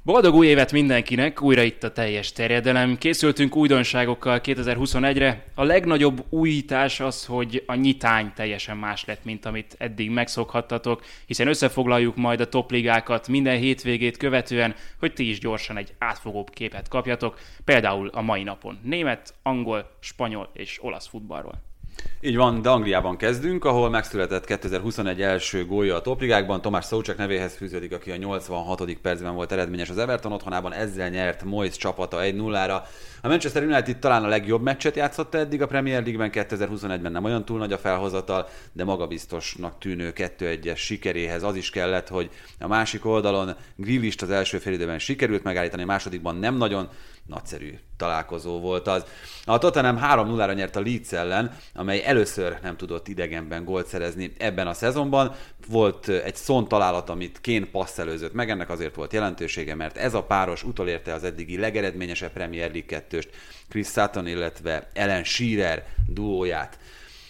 Boldog új évet mindenkinek, újra itt a teljes terjedelem. Készültünk újdonságokkal 2021-re. A legnagyobb újítás az, hogy a nyitány teljesen más lett, mint amit eddig megszokhattatok, hiszen összefoglaljuk majd a topligákat minden hétvégét követően, hogy ti is gyorsan egy átfogóbb képet kapjatok, például a mai napon német, angol, spanyol és olasz futballról. Így van, de Angliában kezdünk, ahol megszületett 2021 első gólja a topligákban. Tomás Souček nevéhez fűződik, aki a 86. percben volt eredményes az Everton otthonában, ezzel nyert Moyes csapata 1-0-ra. A Manchester United talán a legjobb meccset játszotta eddig a Premier League-ben, 2021-ben nem olyan túl nagy a felhozatal, de magabiztosnak tűnő 2-1-es sikeréhez az is kellett, hogy a másik oldalon Grealisht az első félidőben sikerült megállítani, a másodikban nem nagyon. Nagyszerű találkozó volt az. A Tottenham 3-0-ra nyert a Leeds ellen, amely először nem tudott idegenben gólt szerezni ebben a szezonban. Volt egy Son találat, amit Kane passzelőzött meg, ennek azért volt jelentősége, mert ez a páros utolérte az eddigi legeredményesebb Premier League 2-öst, Chris Sutton, illetve Alan Shearer duóját.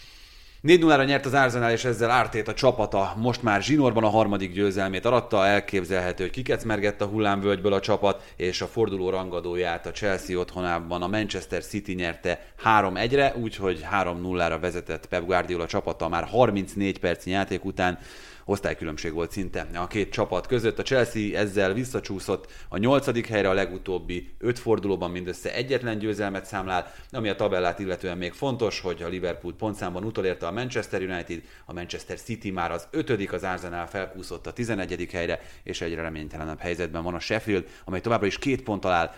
4-0-ra nyert az Arsenal, és ezzel Arteta csapata most már zsinórban a harmadik győzelmét aratta. Elképzelhető, hogy kikecmergett a hullámvölgyből a csapat, és a forduló rangadóját a Chelsea otthonában a Manchester City nyerte 3-1-re, úgyhogy 3-0-ra vezetett Pep Guardiola csapata már 34 percnyi játék után. Osztálykülönbség volt szinte a két csapat között. A Chelsea ezzel visszacsúszott a 8. helyre, a legutóbbi 5 fordulóban mindössze egyetlen győzelmet számlál, ami a tabellát illetően még fontos, hogy a Liverpool pontszámban utolérte a Manchester United, a Manchester City már az 5., az Arsenal felkúszott a 11. helyre, és egyre reménytelenebb helyzetben van a Sheffield, amely továbbra is 2 ponttal áll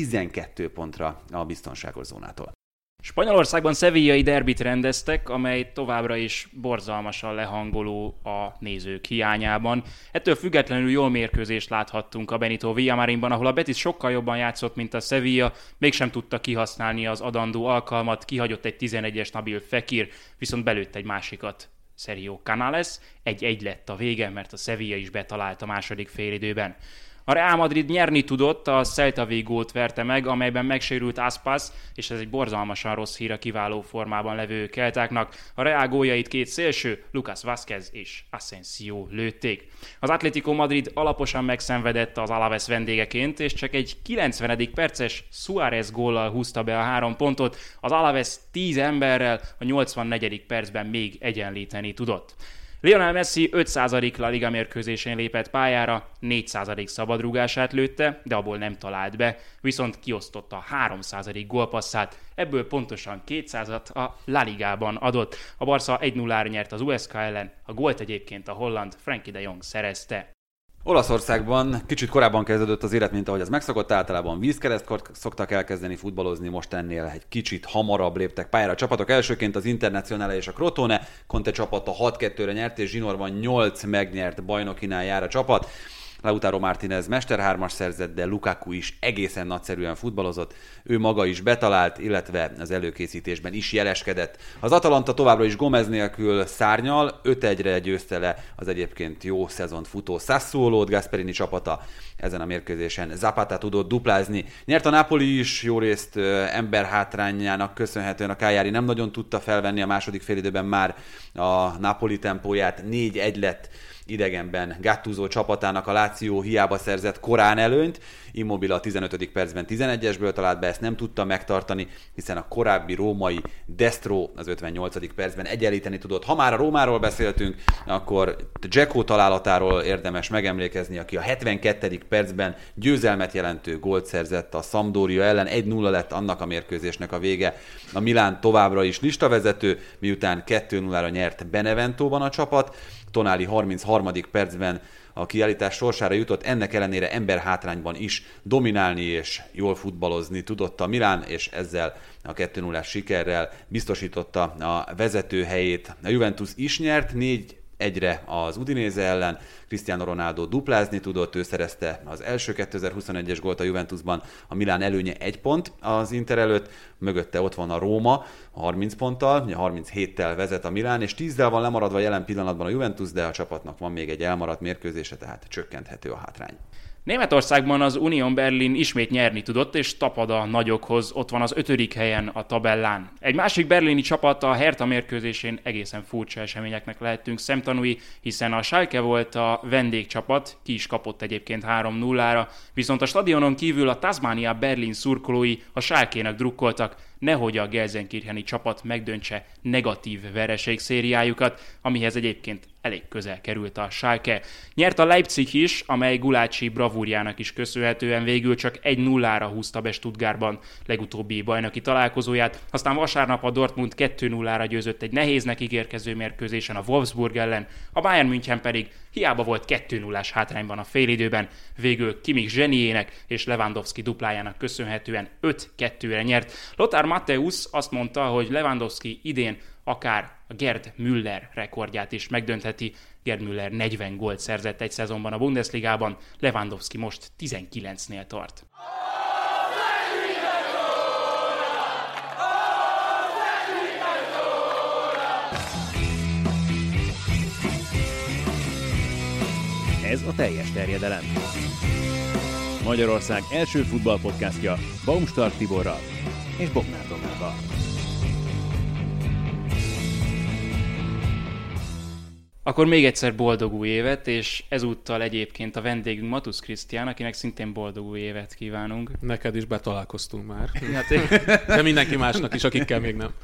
12 pontra a biztonságos zónától. Spanyolországban szevillai derbit rendeztek, amely továbbra is borzalmasan lehangoló a nézők hiányában. Ettől függetlenül jól mérkőzést láthattunk a Benito Villamarinban, ahol a Betis sokkal jobban játszott, mint a Sevilla, mégsem tudta kihasználni az adandó alkalmat, kihagyott egy 11-es Nabil Fekir, viszont belőtt egy másikat. Sergio Canales, 1-1 lett a vége, mert a Sevilla is betalált a második félidőben. A Real Madrid nyerni tudott, a Celta Vigót verte meg, amelyben megsérült Aspas, és ez egy borzalmasan rossz hír a kiváló formában levő keltáknak. A Real góljait két szélső, Lucas Vázquez és Asensio lőtték. Az Atlético Madrid alaposan megszenvedett az Alaves vendégeként, és csak egy 90. perces Suárez góllal húzta be a 3 pontot, az Alaves 10 emberrel a 84. percben még egyenlíteni tudott. Lionel Messi 5% La Liga mérkőzésén lépett pályára, 4% szabadrúgását lőtte, de abból nem talált be, viszont kiosztotta 3% gólpasszát, ebből pontosan 200-at a La Ligában adott. A Barca 1-0-ra nyert az USK ellen, a gólt egyébként a holland Frenkie de Jong szerezte. Olaszországban kicsit korábban kezdődött az élet, mint ahogy az megszokott, általában vízkeresztkor szoktak elkezdeni futballozni, most ennél egy kicsit hamarabb léptek pályára a csapatok. Elsőként az Internazionale és a Crotone, Conte csapata 6-2-re nyert, és zsinórban 8 megnyert bajnokinál jár a csapat. Lautaro Martinez Mester 3-as szerzett, de Lukaku is egészen nagyszerűen futballozott. Ő maga is betalált, illetve az előkészítésben is jeleskedett. Az Atalanta továbbra is Gomez nélkül szárnyal, 5-1-re győzte le az egyébként jó szezont futó Sassuolót, Gasperini csapata ezen a mérkőzésen Zapata tudott duplázni. Nyert a Napoli is, jó részt emberhátrányának köszönhetően a Cagliari nem nagyon tudta felvenni a második félidőben már a Napoli tempóját, 4-1 lett idegenben Gattuso csapatának, a Lazio hiába szerzett korán előnyt, Immobile a 15. percben 11-esből talált be, ezt nem tudta megtartani, hiszen a korábbi római Destro az 58. percben egyenlíteni tudott. Ha már a Rómáról beszéltünk, akkor Dzeko találatáról érdemes megemlékezni, aki a 72. percben győzelmet jelentő gólt szerzett a Sampdoria ellen, 1-0 lett annak a mérkőzésnek a vége. A Milán továbbra is listavezető, miután 2-0-ra nyert Beneventóban a csapat. Tonali 33. percben a kiállítás sorsára jutott, ennek ellenére emberhátrányban is dominálni és jól futballozni tudott a Milán, és ezzel a 2-0-ás sikerrel biztosította a vezető helyét. A Juventus is nyert, 4-1-re az Udinese ellen, Cristiano Ronaldo duplázni tudott, ő szerezte az első 2021-es gólt a Juventusban, a Milán előnye 1 pont az Inter előtt, mögötte ott van a Róma 30 ponttal, 37-tel vezet a Milán, és 10-del van lemaradva jelen pillanatban a Juventus, de a csapatnak van még egy elmaradt mérkőzése, tehát csökkenthető a hátrány. Németországban az Union Berlin ismét nyerni tudott, és tapad a nagyokhoz, ott van az 5. helyen a tabellán. Egy másik berlini csapat, a Hertha mérkőzésén egészen furcsa eseményeknek lehettünk szemtanúi, hiszen a Schalke volt a vendégcsapat, ki is kapott egyébként 3-0-ra, viszont a stadionon kívül a Tasmania Berlin szurkolói a Schalkének drukkoltak, nehogy a Gelsenkircheni csapat megdöntse negatív vereségszériájukat, amihez egyébként elég közel került a Schalke. Nyert a Leipzig is, amely Gulácsi bravúrjának is köszönhetően végül csak 1-0-ra húzta be Stuttgartban legutóbbi bajnoki találkozóját, aztán vasárnap a Dortmund 2-0-ra győzött egy nehéznek ígérkező mérkőzésen a Wolfsburg ellen, a Bayern München pedig hiába volt 2-0-ás hátrányban a félidőben, végül Kimmich zseniének és Lewandowski duplájának köszönhetően 5-2-re nyert. Lothar Matthäus azt mondta, hogy Lewandowski idén akár a Gerd Müller rekordját is megdöntheti. Gerd Müller 40 gólt szerzett egy szezonban a Bundesligában, Lewandowski most 19-nél tart. Ez a teljes terjedelem. Magyarország első futballpodcastja Baumstark Tiborral és Bognár Domával. Akkor még egyszer boldog új évet, és ezúttal egyébként a vendégünk Matusz Krisztián, akinek szintén boldog új évet kívánunk. Neked is betalálkoztunk már. De mindenki másnak is, akikkel még nem.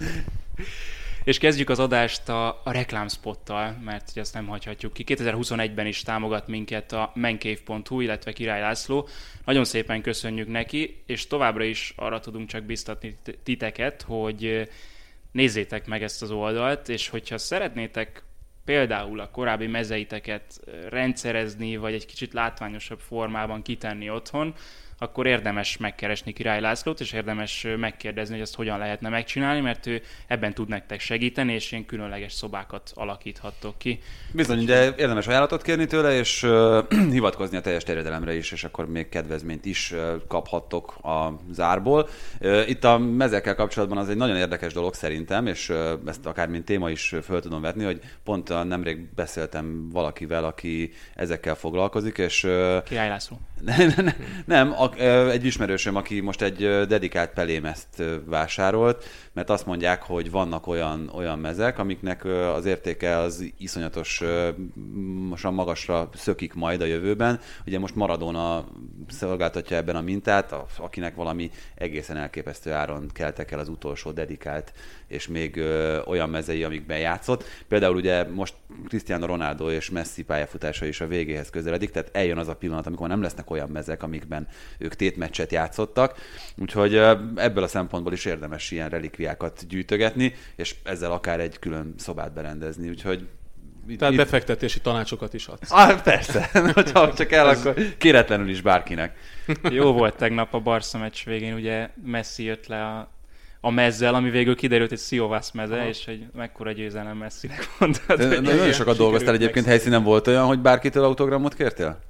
És kezdjük az adást a reklámspottal, mert ugye azt nem hagyhatjuk ki. 2021-ben is támogat minket a mancave.hu, illetve Király László. Nagyon szépen köszönjük neki, és továbbra is arra tudunk csak biztatni titeket, hogy nézzétek meg ezt az oldalt, és hogyha szeretnétek például a korábbi mezeiteket rendszerezni, vagy egy kicsit látványosabb formában kitenni otthon, akkor érdemes megkeresni Király Lászlót, és érdemes megkérdezni, hogy ezt hogyan lehetne megcsinálni, mert ő ebben tud nektek segíteni, és ilyen különleges szobákat alakíthattok ki. Bizony, de érdemes ajánlatot kérni tőle, és hivatkozni a teljes terjedelemre is, és akkor még kedvezményt is kaphattok az árból. Itt a mezekkel kapcsolatban az egy nagyon érdekes dolog szerintem, és ezt akár mint téma is föl tudom vetni, hogy pont nemrég beszéltem valakivel, aki ezekkel foglalkozik, és... Király László. Nem, egy ismerősöm, aki most egy dedikált pelémezt vásárolt, mert azt mondják, hogy vannak olyan mezek, amiknek az értéke az iszonyatosan magasra szökik majd a jövőben. Ugye most Maradona szolgáltatja ebben a mintát, akinek valami egészen elképesztő áron keltek el az utolsó dedikált, és még olyan mezei, amikben játszott. Például ugye most Cristiano Ronaldo és Messi pályafutása is a végéhez közeledik, tehát eljön az a pillanat, amikor nem lesznek olyan mezek, amikben ők tétmeccset játszottak. Úgyhogy ebből a szempontból is érdemes ilyen relikviákat gyűjtögetni, és ezzel akár egy külön szobát berendezni. Úgyhogy tehát befektetési tanácsokat is adsz. Persze, hogyha csak el, akkor kéretlenül is bárkinek. Jó volt tegnap a Barca meccs végén, ugye Messi jött le a mezzel, ami végül kiderült egy Sziovász meze, és hogy mekkora győzelem Messinek mondtad. Nagyon sokat dolgoztál egyébként, helyszínen volt olyan, hogy bárkitől autogramot kértél?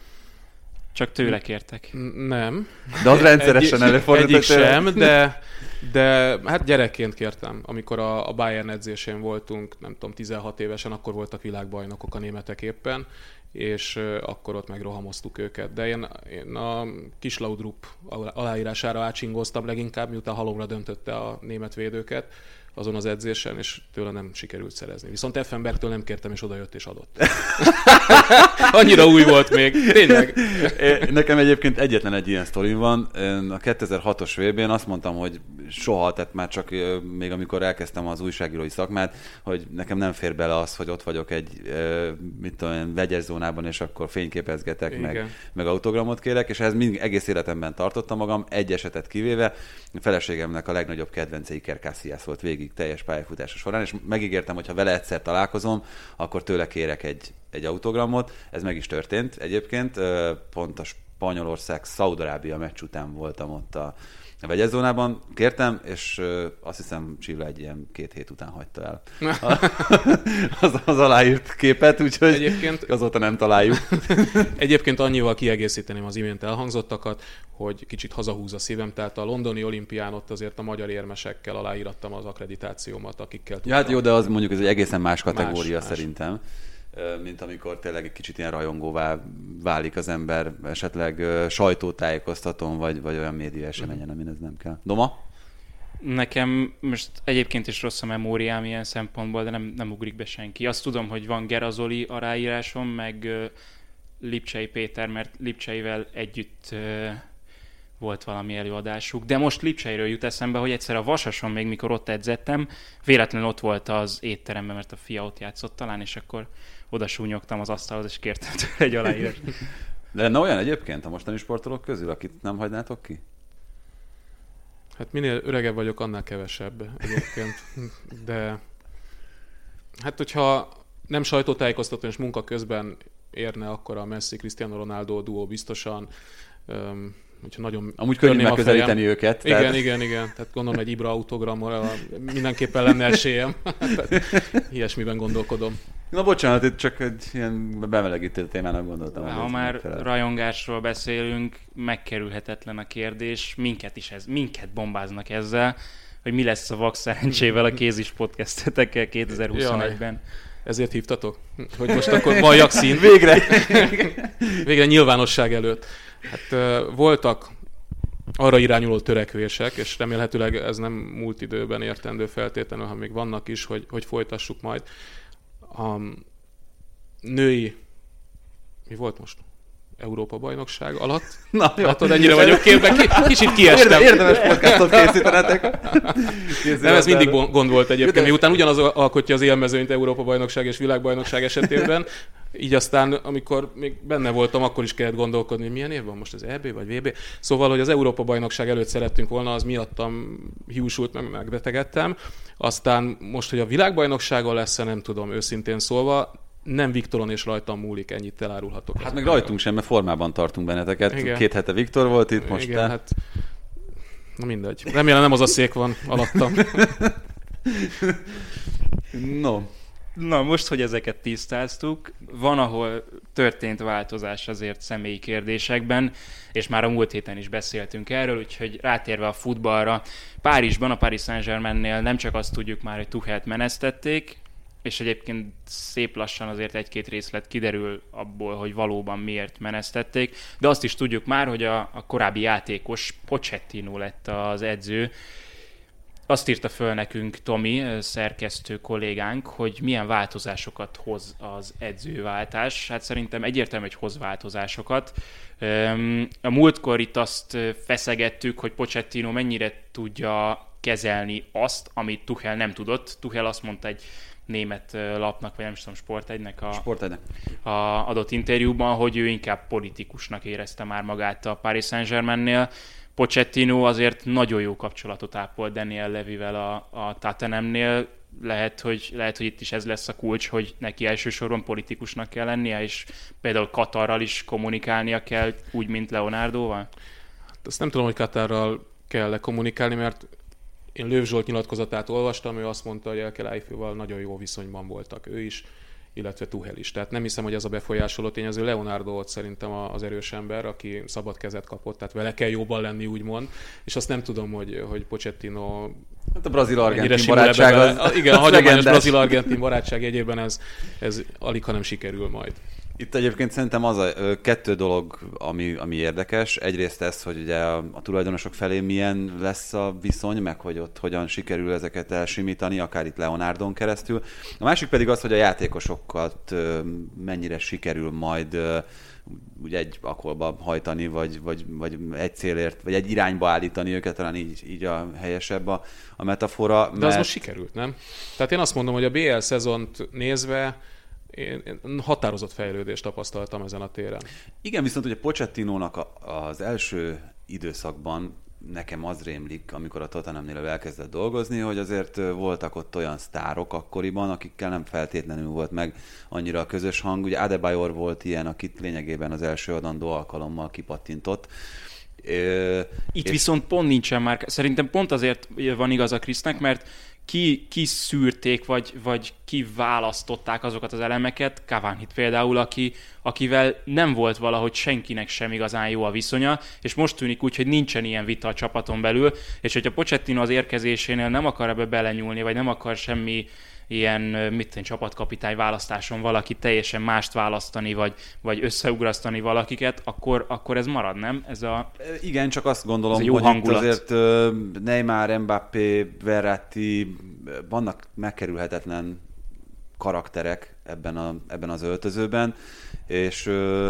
Csak tőle kértek. Nem. De az rendszeresen előfordult. Egyik sem, de hát gyerekként kértem. Amikor a Bayern edzésén voltunk, nem tudom, 16 évesen, akkor voltak világbajnokok a németek éppen, és akkor ott megrohamoztuk őket. De én a Kis Laudrup aláírására átsingóztam leginkább, miután halomra döntötte a német védőket azon az edzésen, és tőle nem sikerült szerezni. Viszont Effenbergtől nem kértem, és odajött és adott. Annyira új volt még, tényleg. Nekem egyébként egyetlen egy ilyen sztorim van. A 2006-os VB-n azt mondtam, hogy soha, tehát már csak még amikor elkezdtem az újságírói szakmát, hogy nekem nem fér bele az, hogy ott vagyok egy vegyes zónában, és akkor fényképezgetek, meg autogramot kérek, és ez egész életemben tartottam magam, egy esetet kivéve. A feleségemnek a legnagyobb kedvence Iker Casillas volt végig teljes pályafutása során, és megígértem, hogy ha vele egyszer találkozom, akkor tőle kérek egy autogramot. Ez meg is történt egyébként. Pont a Spanyolország-Szaúd-Arábia meccs után voltam ott a vegyes zónában, kértem, és azt hiszem Csilla egy ilyen 2 hét után hagyta el az aláírt képet, úgyhogy egyébként azóta nem találjuk. Egyébként annyival kiegészíteném az imént elhangzottakat, hogy kicsit hazahúz a szívem, tehát a londoni olimpián ott azért a magyar érmesekkel aláírattam az akkreditációmat, akikkel tudtam. Ja, hát jó, de az mondjuk ez egy egészen más kategória szerintem. mint amikor tényleg egy kicsit ilyen rajongóvá válik az ember, esetleg sajtótájékoztatón, vagy olyan média eseményen, amin ez nem kell. Doma? Nekem most egyébként is rossz a memóriám ilyen szempontból, de nem ugrik be senki. Azt tudom, hogy van Gerazoli a ráírásom, meg Lipcsei Péter, mert Lipcseivel együtt volt valami előadásuk. De most Lipcseiről jut eszembe, hogy egyszer a Vasason, még mikor ott edzettem, véletlenül ott volt az étteremben, mert a fia ott játszott talán, és akkor oda súnyogtam az asztalhoz, és kértem tőle egy aláírást. De lenne olyan egyébként a mostani sportolók közül, akit nem hagynátok ki? Hát minél öregebb vagyok, annál kevesebb egyébként. De hát hogyha nem sajtótájékoztató és munka közben érne, akkor a Messi, Cristiano Ronaldo duó biztosan. Hogyha nagyon amúgy könnyű megközelíteni őket. Igen. Tehát gondolom egy Ibra autogrammal mindenképpen lenne esélyem. Ilyesmiben gondolkodom. Na bocsánat, itt csak egy ilyen bemelegítő témának gondoltam. Ha már rajongásról beszélünk, megkerülhetetlen a kérdés. Minket bombáznak ezzel, hogy mi lesz a vak szerencsével a Kézis podcastetekkel 2021-ben. Ezért hívtatok? Hogy most akkor valljak szín? Végre nyilvánosság előtt. Hát voltak arra irányuló törekvések, és remélhetőleg ez nem múlt időben értendő feltétlenül, ha még vannak is, hogy folytassuk majd. A női, mi volt most? Európa-bajnokság alatt. Na, jó. Látod, ennyire vagyok képben, kicsit kiestem. Érdemes podcastot készítenetek. Nem, ez mindig gond volt egyébként, miután ugyanaz alkotja az élmezőnyt Európa-bajnokság és világbajnokság esetében. Így aztán, amikor még benne voltam, akkor is kellett gondolkodni, hogy milyen év van most az EB vagy VB. Szóval, hogy az Európa-bajnokság előtt szerettünk volna, az miattam hiúsult, megbetegedtem. Aztán most, hogy a világbajnokságon lesz, nem tudom őszintén szólva, nem Viktoron és rajtam múlik, ennyit elárulhatok. Hát meg rajtunk sem, mert formában tartunk benneteket. Igen. 2 hete Viktor volt itt, most igen, hát na mindegy. Remélem nem az a szék van alattam. No. Na, most, hogy ezeket tisztáztuk, van, ahol történt változás azért személyi kérdésekben, és már a múlt héten is beszéltünk erről, úgyhogy rátérve a futballra, Párizsban, a Paris Saint-Germainnél nem csak azt tudjuk már, hogy Tuchelt menesztették, és egyébként szép lassan azért 1-2 részlet kiderül abból, hogy valóban miért menesztették, de azt is tudjuk már, hogy a korábbi játékos Pochettino lett az edző. Azt írta föl nekünk Tomi, szerkesztő kollégánk, hogy milyen változásokat hoz az edzőváltás. Hát szerintem egyértelmű, hogy hoz változásokat. A múltkor itt azt feszegettük, hogy Pochettino mennyire tudja kezelni azt, amit Tuchel nem tudott. Tuchel azt mondta egy német lapnak, vagy nem is tudom, Sport1-nek a adott interjúban, hogy ő inkább politikusnak érezte már magát a Paris Saint-Germainnél. Pochettino azért nagyon jó kapcsolatot ápol Daniel Levivel a Tottenhamnél. Lehet, hogy itt is ez lesz a kulcs, hogy neki elsősorban politikusnak kell lennie, és például Katarral is kommunikálnia kell, úgy, mint Leonardoval? Azt nem tudom, hogy Katarral kell kommunikálni, mert én Löw Zsolt nyilatkozatát olvastam, ő azt mondta, hogy El Khelaifival nagyon jó viszonyban voltak ő is, illetve Tuchel is. Tehát nem hiszem, hogy ez a befolyásoló tényező. Leonardo volt szerintem az erős ember, aki szabad kezet kapott, tehát vele kell jobban lenni, úgymond. És azt nem tudom, hogy Pochettino... Hát a brazil-argentin barátság az... Igen, a hagyományos brazil-argentin barátság jegyében ez alig, ha nem sikerül majd. Itt egyébként szerintem az a 2 dolog, ami érdekes. Egyrészt ez, hogy ugye a tulajdonosok felé milyen lesz a viszony, meg hogy ott hogyan sikerül ezeket elsimítani, akár itt Leonardon keresztül. A másik pedig az, hogy a játékosokat mennyire sikerül majd ugye egy akolba hajtani, vagy egy célért, vagy egy irányba állítani őket, talán így a helyesebb a metafora. De az most sikerült, nem? Tehát én azt mondom, hogy a BL szezont nézve én határozott fejlődést tapasztaltam ezen a téren. Igen, viszont ugye Pochettinónak az első időszakban nekem az rémlik, amikor a Tottenhamnél elkezdett dolgozni, hogy azért voltak ott olyan sztárok akkoriban, akikkel nem feltétlenül volt meg annyira a közös hang. Ugye Adebayor volt ilyen, akit lényegében az első adandó alkalommal kipattintott. Itt viszont pont nincsen már. Szerintem pont azért van igaza Krisznek, mert ki szűrték, vagy ki választották azokat az elemeket, Cavani-t például, akivel nem volt valahogy senkinek sem igazán jó a viszonya, és most tűnik úgy, hogy nincsen ilyen vita a csapaton belül, és hogyha Pochettino az érkezésénél nem akar ebbe belenyúlni, vagy nem akar semmi csapatkapitány választáson valaki teljesen mást választani, vagy összeugrasztani valakiket, akkor ez marad, nem? Igen, csak azt gondolom, hogy hangulat. Itt azért Neymar, Mbappé, Verratti, vannak megkerülhetetlen karakterek ebben az öltözőben, és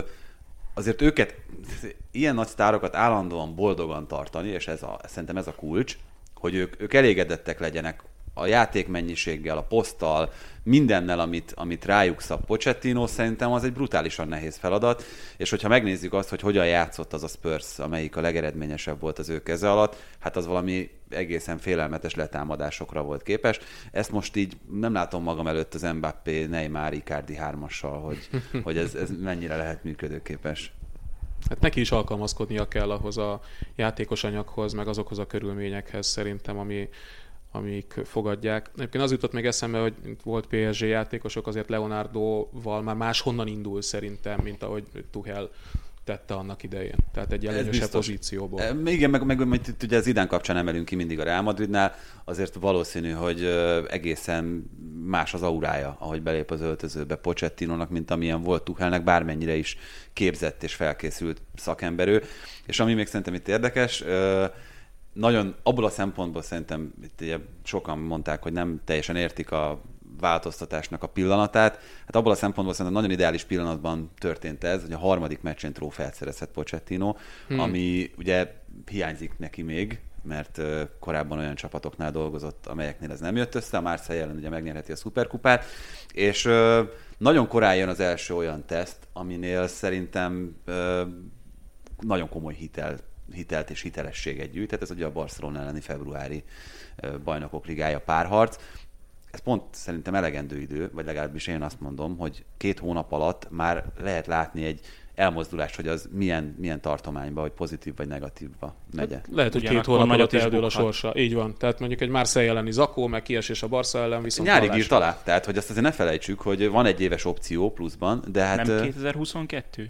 azért őket, ilyen nagy sztárokat állandóan boldogan tartani, és szerintem ez a kulcs, hogy ők elégedettek legyenek a játékmennyiséggel, a poszttal, mindennel, amit rájuk szab Pochettino, szerintem az egy brutálisan nehéz feladat, és hogyha megnézzük azt, hogy hogyan játszott az a Spurs, amelyik a legeredményesebb volt az ő keze alatt, hát az valami egészen félelmetes letámadásokra volt képes. Ezt most így nem látom magam előtt az Mbappé, Neymar, Icardi 3-assal, hogy ez mennyire lehet működőképes. Hát neki is alkalmazkodnia kell ahhoz a játékos anyaghoz, meg azokhoz a körülményekhez szerintem, amik fogadják. Egyébként az jutott még eszembe, hogy volt PSG játékosok, azért Leonardoval már máshonnan indul szerintem, mint ahogy Tuchel tette annak idején. Tehát egy előnyösebb pozícióból. Igen, meg ugye az Zidane kapcsán emelünk ki mindig a Real Madridnál, azért valószínű, hogy egészen más az aurája, ahogy belép az öltözőbe Pochettinónak, mint amilyen volt Tuchelnek, bármennyire is képzett és felkészült szakember ő. És ami még szerintem itt érdekes, nagyon abból a szempontból szerintem itt ugye sokan mondták, hogy nem teljesen értik a változtatásnak a pillanatát. Hát abból a szempontból szerintem nagyon ideális pillanatban történt ez, hogy a harmadik meccsen trófeát szerezhet Pochettino, ami ugye hiányzik neki még, mert korábban olyan csapatoknál dolgozott, amelyeknél ez nem jött össze, a Marseille ellen ugye megnyerheti a szuperkupát, és nagyon korán jön az első olyan teszt, aminél szerintem nagyon komoly hitelt és hitelességet gyűjt. Tehát ez ugye a Barcelona elleni februári bajnokok ligája párharc. Ez pont szerintem elegendő idő, vagy legalábbis én azt mondom, hogy 2 hónap alatt már lehet látni egy elmozdulást, hogy az milyen tartományba, vagy pozitív vagy negatívba megye. Lehet, hogy 2 hónap alatt eldől a sorsa. Így van. Tehát mondjuk egy Marseille elleni zakó, meg kiesés a Barca ellen viszont nyárig írt alá. Tehát, hogy azt azért ne felejtsük, hogy van egy éves opció pluszban, de hát... Nem 2022?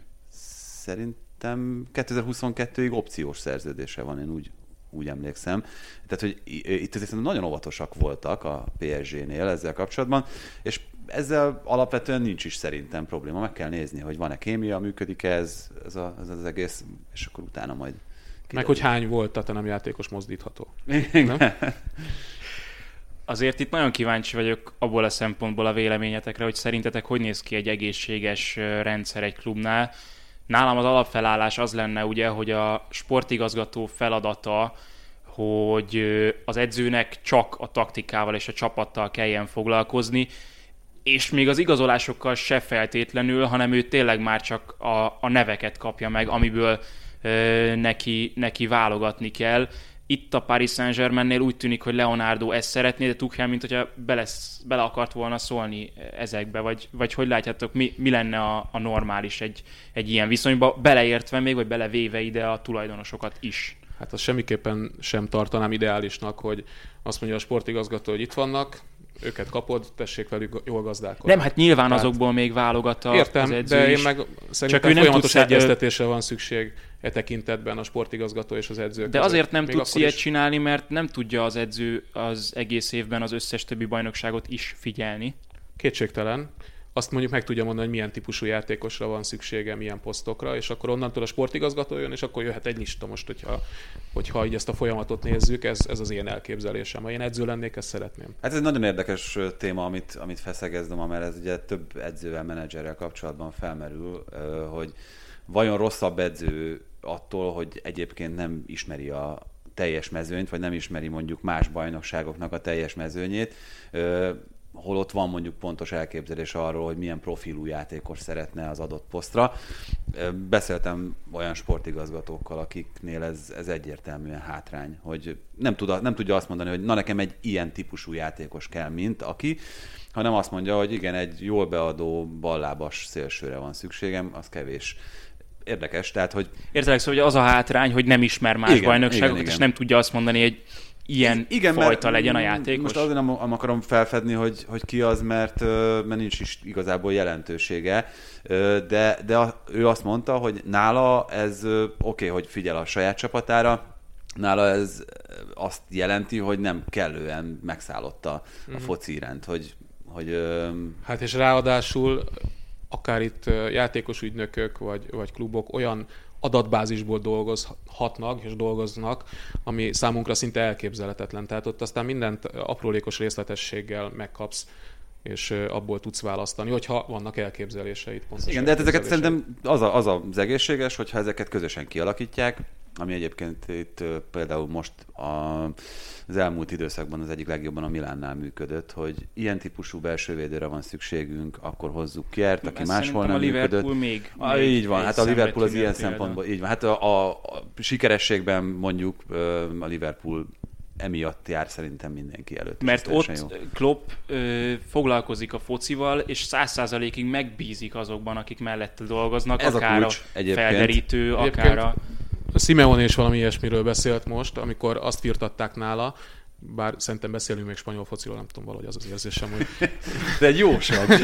Szerintem 2022-ig opciós szerződése van, én úgy emlékszem. Tehát, hogy itt azért nagyon óvatosak voltak a PSG-nél ezzel kapcsolatban, és ezzel alapvetően nincs is szerintem probléma. Meg kell nézni, hogy van-e kémia, működik ez az egész, és akkor utána majd kiderül. Meg hogy hány volt, tehát nem játékos mozdítható. Nem? Azért itt nagyon kíváncsi vagyok abból a szempontból a véleményetekre, hogy szerintetek hogy néz ki egy egészséges rendszer egy klubnál. Nálam az alapfelállás az lenne ugye, hogy a sportigazgató feladata, hogy az edzőnek csak a taktikával és a csapattal kelljen foglalkozni, és még az igazolásokkal se feltétlenül, hanem ő tényleg már csak a neveket kapja meg, amiből neki válogatni kell. Itt a Paris Saint-Germainnél úgy tűnik, hogy Leonardo ezt szeretné, de Tuchel, mint hogyha bele akart volna szólni ezekbe, vagy hogy látjátok, mi lenne a normális egy ilyen viszonyba, beleértve még, vagy belevéve ide a tulajdonosokat is? Hát azt semmiképpen sem tartanám ideálisnak, hogy azt mondja a sportigazgató, hogy itt vannak, őket kapod, tessék velük jól gazdálkodni. Nem, hát nyilván azokból még válogat az edző de is. én meg szerintem folyamatos egyeztetésre van szükség e tekintetben a sportigazgató és az edzők. De azért nem tudsz ilyet csinálni, mert nem tudja az edző az egész évben az összes többi bajnokságot is figyelni. Kétségtelen. Azt mondjuk meg tudja mondani, hogy milyen típusú játékosra van szüksége, milyen posztokra, és akkor onnantól a sportigazgató jön, és akkor jöhet egy lista most, hogyha így ezt a folyamatot nézzük, ez az én elképzelésem. Ha én edző lennék, ezt szeretném. Hát ez egy nagyon érdekes téma, amit feszegezdem, mert ez ugye több edzővel, menedzserrel kapcsolatban felmerül, hogy vajon rosszabb edző attól, hogy egyébként nem ismeri a teljes mezőnyt, vagy nem ismeri mondjuk más bajnokságoknak a teljes mezőnyét, holott van mondjuk pontos elképzelés arról, hogy milyen profilú játékos szeretne az adott posztra. Beszéltem olyan sportigazgatókkal, akiknél ez egyértelműen hátrány, hogy nem tudja azt mondani, hogy na nekem egy ilyen típusú játékos kell, mint aki, hanem azt mondja, hogy igen, egy jól beadó ballábas szélsőre van szükségem, az kevés. Érdekes, tehát, hogy... Értelek, szóval, hogy az a hátrány, hogy nem ismer más bajnokságokat, és nem tudja azt mondani, hogy ilyen fajta legyen a játékos. Most azért nem akarom felfedni, hogy ki az, mert nincs is igazából jelentősége, de ő azt mondta, hogy nála ez oké, hogy figyel a saját csapatára, nála ez azt jelenti, hogy nem kellően megszállotta a foci iránt, hogy Hát és ráadásul akár itt játékos ügynökök vagy klubok olyan adatbázisból dolgozhatnak és dolgoznak, ami számunkra szinte elképzelhetetlen. Tehát ott aztán mindent aprólékos részletességgel megkapsz, és abból tudsz választani, hogyha vannak elképzeléseid. Igen, de hát ezeket szerintem az egészséges, hogyha ezeket közösen kialakítják, ami egyébként itt például most az elmúlt időszakban az egyik legjobban a Milánnál működött, hogy ilyen típusú belsővédőre van szükségünk, akkor hozzuk Kjert, aki máshol nem működött. Még így van, hát a Liverpool az ilyen szempontból, így van. Hát a sikerességben mondjuk a Liverpool emiatt jár szerintem mindenki előtt. Mert ott jó. Klopp foglalkozik a focival, és 100%-ig megbízik azokban, akik mellette dolgoznak, ez akár a felderítő, akár a... Simeone is valami ilyesmiről beszélt most, amikor azt firtatták nála, bár szerintem beszélünk még spanyol fociról, nem tudom, valahogy az érzésem, hogy... De egy jó sabb.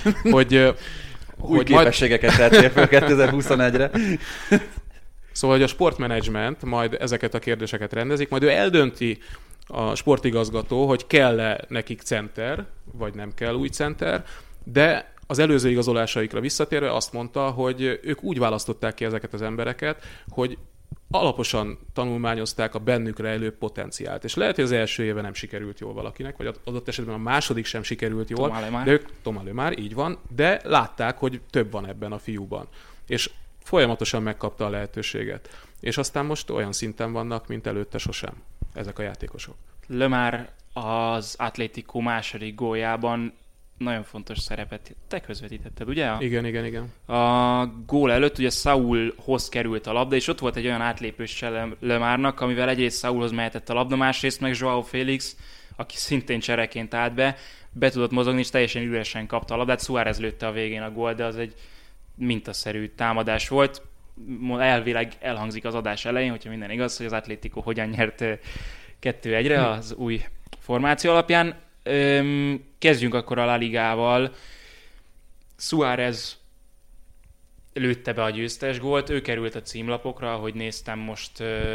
hogy képességeket tettél föl 2021-re. Szóval, hogy a sportmenedzsment majd ezeket a kérdéseket rendezik, majd ő eldönti a sportigazgató, hogy kell-e nekik center, vagy nem kell új center, de az előző igazolásaikra visszatérve azt mondta, hogy ők úgy választották ki ezeket az embereket, hogy alaposan tanulmányozták a bennük rejlő potenciált. És lehet, hogy az első éve nem sikerült jól valakinek, vagy adott esetben a második sem sikerült jól. Thomas Lemar, így van, de látták, hogy több van ebben a fiúban. És folyamatosan megkapta a lehetőséget. És aztán most olyan szinten vannak, mint előtte sosem ezek a játékosok. Lemar az Atlético második góljában nagyon fontos szerepet te közvetítetted, ugye? Igen. A gól előtt ugye Saulhoz került a labda, és ott volt egy olyan átlépős Lemarnak, amivel egyrészt Saulhoz mehetett a labda, másrészt meg Joao Félix, aki szintén csereként állt be tudott mozogni, és teljesen üresen kapta a labdát. Suárez lőtte a végén a gól, de az egy mintaszerű támadás volt. Elvileg elhangzik az adás elején, hogyha minden igaz, hogy az Atlético hogyan nyert 2-1-re az új formáció alapján. Kezdjünk akkor a La Ligával. Suárez lőtte be a győztes gólt, ő került a címlapokra, ahogy néztem most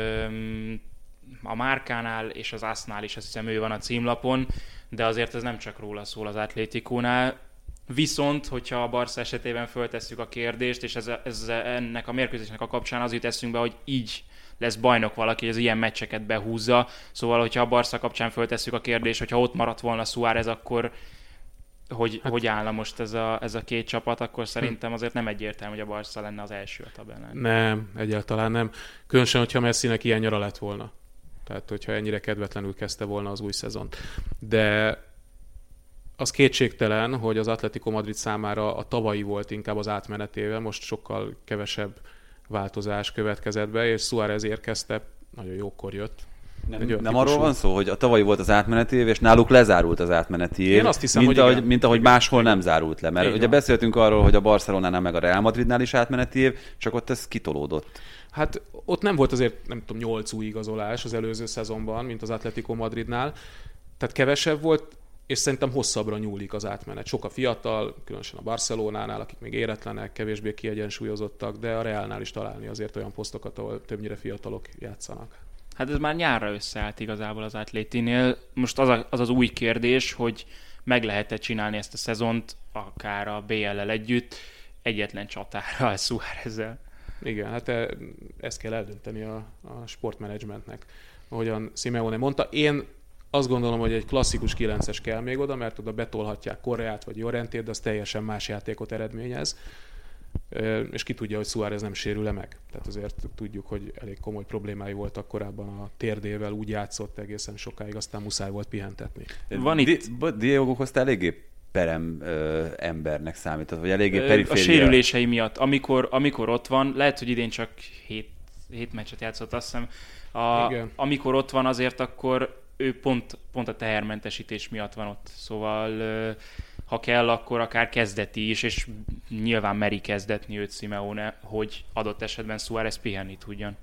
a Márkánál és az AS-nál is, azt hiszem ő van a címlapon, de azért ez nem csak róla szól az Atléticónál. Viszont, hogyha a Barca esetében föltesszük a kérdést, és ennek a mérkőzésnek a kapcsán az jut eszünkbe, hogy így lesz bajnok valaki, hogy az ilyen meccseket behúzza. Szóval, hogyha a Barca kapcsán föltesszük a kérdést, hogyha ott maradt volna Suárez, akkor hogy állna most ez a két csapat, akkor szerintem azért nem egyértelmű, hogy a Barca lenne az első a tabellán. Nem, egyáltalán nem. Különösen, hogyha Messinek ilyen nyara lett volna. Tehát, hogyha ennyire kedvetlenül kezdte volna az új szezont. De az kétségtelen, hogy az Atletico Madrid számára a tavalyi volt inkább az átmenetével, most sokkal kevesebb változás következett be, és Suárez érkezte, nagyon jókor jött. Nem arról van szó, hogy a tavalyi volt az átmeneti év, és náluk lezárult az átmeneti év, én azt hiszem, mint ahogy máshol nem zárult le. Mert ugye beszéltünk arról, hogy a Barcelonánál meg a Real Madridnál is átmeneti év, csak ott ez kitolódott. Hát ott nem volt azért, nem tudom, 8 új igazolás az előző szezonban, mint az Atletico Madridnál. Tehát kevesebb volt, és szerintem hosszabbra nyúlik az átmenet. Sok a fiatal, különösen a Barcelonánál, akik még éretlenek, kevésbé kiegyensúlyozottak, de a Realnál is találni azért olyan posztokat, ahol többnyire fiatalok játszanak. Hát ez már nyárra összeállt igazából az Atlétinél. Most az új kérdés, hogy meg lehet-e csinálni ezt a szezont, akár a BL-lel együtt, egyetlen csatára, a Suárezzel. Igen, hát ezt kell eldönteni a sportmenedzsmentnek. Ahogyan Simeone mondta, én azt gondolom, hogy egy klasszikus 9-es kell még oda, mert oda betolhatják Correát vagy Llorentét, de az teljesen más játékot eredményez. És ki tudja, hogy Suárez nem sérül-e meg. Tehát azért tudjuk, hogy elég komoly problémái voltak korábban a térdével, úgy játszott egészen sokáig, aztán muszáj volt pihentetni. Van itt... Diego Costa eléggé perem embernek számított, vagy eléggé periféria. A sérülései miatt, amikor ott van, lehet, hogy idén csak 7 meccset játszott, azt hiszem. Amikor ott van azért, akkor ő pont a tehermentesítés miatt van ott. Szóval ha kell, akkor akár kezdeti is, és nyilván meri kezdetni őt Simeone, hogy adott esetben Suárez pihenni tudjon.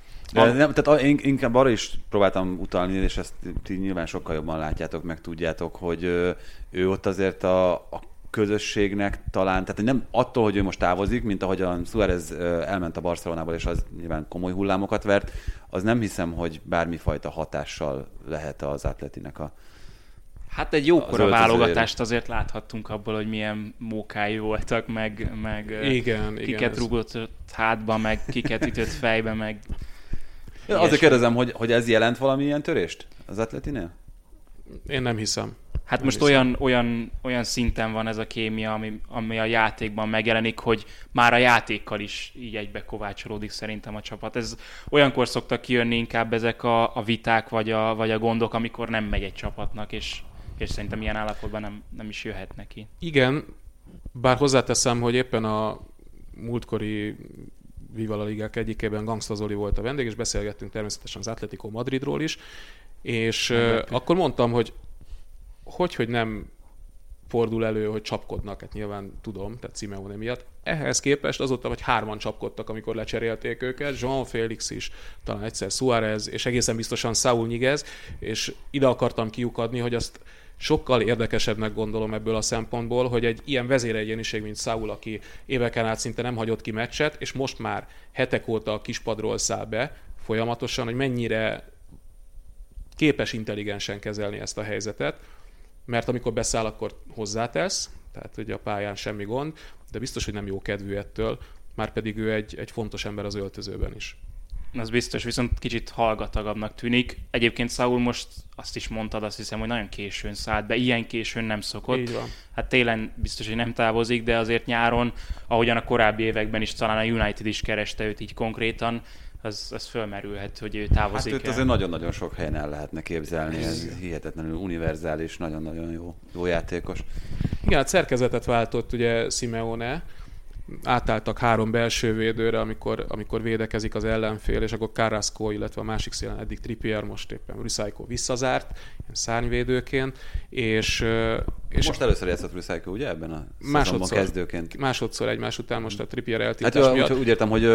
Tehát én inkább arra is próbáltam utalni, és ezt ti nyilván sokkal jobban látjátok, meg tudjátok, hogy ő ott azért a közösségnek talán, tehát nem attól, hogy ő most távozik, mint ahogyan Suárez elment a Barcelonából, és az nyilván komoly hullámokat vert, az nem hiszem, hogy bármifajta hatással lehet az Atletinek a Hát egy jókora válogatást azért láthattunk abból, hogy milyen mókái voltak, meg igen, kiket rúgott hátba, meg kiket ütött fejbe, meg... Ja, azért kérdezem, hogy ez jelent valamilyen törést az Atletinél? Én nem hiszem. Hát nem most hiszem. olyan szinten van ez a kémia, ami a játékban megjelenik, hogy már a játékkal is így egybe kovácsolódik szerintem a csapat. Ez olyankor szoktak kijönni inkább ezek a viták vagy a gondok, amikor nem megy egy csapatnak, és szerintem ilyen állapotban nem is jöhet neki. Igen, bár hozzáteszem, hogy éppen a múltkori Viva la Ligák egyikében Gangsta Zoli volt a vendég, és beszélgettünk természetesen az Atletico Madridról is, és akkor mondtam, hogy nem fordul elő, hogy csapkodnak, hát nyilván tudom, tehát Simeone miatt. Ehhez képest azóta, hogy 3 csapkodtak, amikor lecserélték őket, João Félix is, talán egyszer Suárez, és egészen biztosan Saúl Ñíguez, és ide akartam kiukadni, hogy azt sokkal érdekesebbnek gondolom ebből a szempontból, hogy egy ilyen vezéregyéniség, mint Saúl, aki éveken át szinte nem hagyott ki meccset, és most már hetek óta a kispadról száll be folyamatosan, hogy mennyire képes intelligensen kezelni ezt a helyzetet, mert amikor beszáll, akkor hozzátesz, tehát ugye a pályán semmi gond, de biztos, hogy nem jó kedvű ettől, már pedig ő egy fontos ember az öltözőben is. Az biztos, viszont kicsit hallgatagabbnak tűnik. Egyébként Saúl most azt is mondtad, azt hiszem, hogy nagyon későn szállt be, ilyen későn nem szokott. Így van. Hát télen biztos, hogy nem távozik, de azért nyáron, ahogyan a korábbi években is talán a United is kereste őt így konkrétan, az fölmerülhet, hogy ő távozik. Hát őt azért nagyon-nagyon sok helyen el lehetne képzelni, ez hihetetlenül univerzális, nagyon-nagyon jó játékos. Igen, hát szerkezetet váltott ugye Simeone, átálltak 3 belső védőre, amikor védekezik az ellenfél, és akkor Carrasco, illetve a másik szélen eddig Trippier, most éppen Rusajko visszazárt, ilyen szárnyvédőként, és most először játszott Rusajko, ugye, ebben a szezonban kezdőként? Másodszor egymás után, most a Trippier eltiltás miatt. Úgy értem, hogy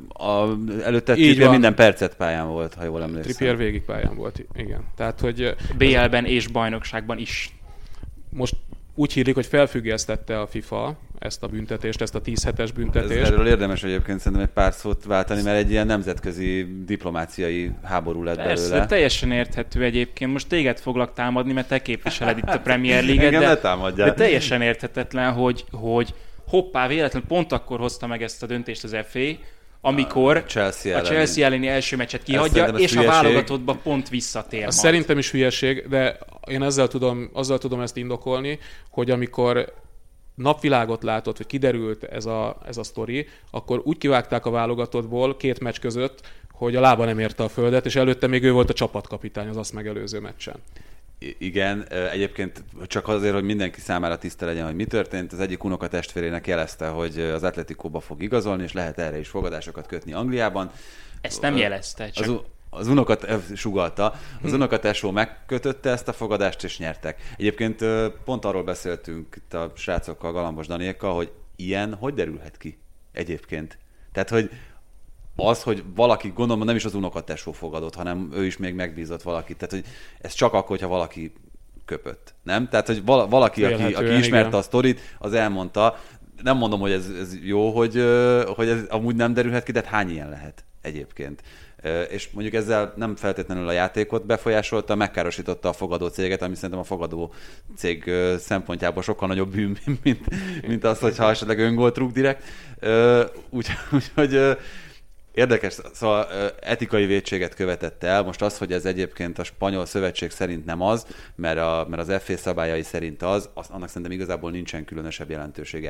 előtte Trippier minden percet pályán volt, ha jól emlékszem. Trippier végig pályán volt, igen. Tehát, hogy BL-ben és bajnokságban is. Most úgy hírlik, hogy felfüggesztette a FIFA ezt a büntetést, ezt a 10 hetes büntetést. Erről érdemes egyébként szerintem egy pár szót váltani, mert egy ilyen nemzetközi diplomáciai háború lett belőle. Ez teljesen érthető egyébként. Most téged foglak támadni, mert te képviseled itt a Premier League-et, de teljesen érthetetlen, hogy hoppá, véletlenül pont akkor hozta meg ezt a döntést az FA, amikor a Chelsea elleni első meccset kihagyja, és a válogatottba pont visszatér majd. Szerintem is hülyeség, de én azzal tudom ezt indokolni, hogy amikor napvilágot látott, vagy kiderült ez a sztori, akkor úgy kivágták a válogatottból 2 meccs között, hogy a lába nem érte a földet, és előtte még ő volt a csapatkapitány az azt megelőző meccsen. Igen, egyébként csak azért, hogy mindenki számára tiszta legyen, hogy mi történt. Az egyik unokatestvérének jelezte, hogy az Atleticóba fog igazolni, és lehet erre is fogadásokat kötni Angliában. Ezt nem jelezte, csak... Az sugalta. Az unokatesó megkötötte ezt a fogadást, és nyertek. Egyébként pont arról beszéltünk itt a srácokkal, Galambos Daniékkal, hogy ilyen hogy derülhet ki egyébként. Tehát, hogy valaki, gondolom, nem is az unokatesó fogadott, hanem ő is még megbízott valakit. Tehát, hogy ez csak akkor, hogyha valaki köpött. Nem? Tehát, hogy valaki, aki ismerte a sztorit, az elmondta. Nem mondom, hogy ez jó, hogy ez amúgy nem derülhet ki, de hány ilyen lehet egyébként. És mondjuk ezzel nem feltétlenül a játékot befolyásolta, megkárosította a fogadó céget, ami szerintem a fogadó cég szempontjából sokkal nagyobb bűn, mint az, hogyha esetleg öngolt rúg direkt. Úgyhogy érdekes, szóval etikai vétséget követett el. Most az, hogy ez egyébként a spanyol szövetség szerint nem az, mert az FA szabályai szerint annak szerintem igazából nincsen különösebb jelentősége.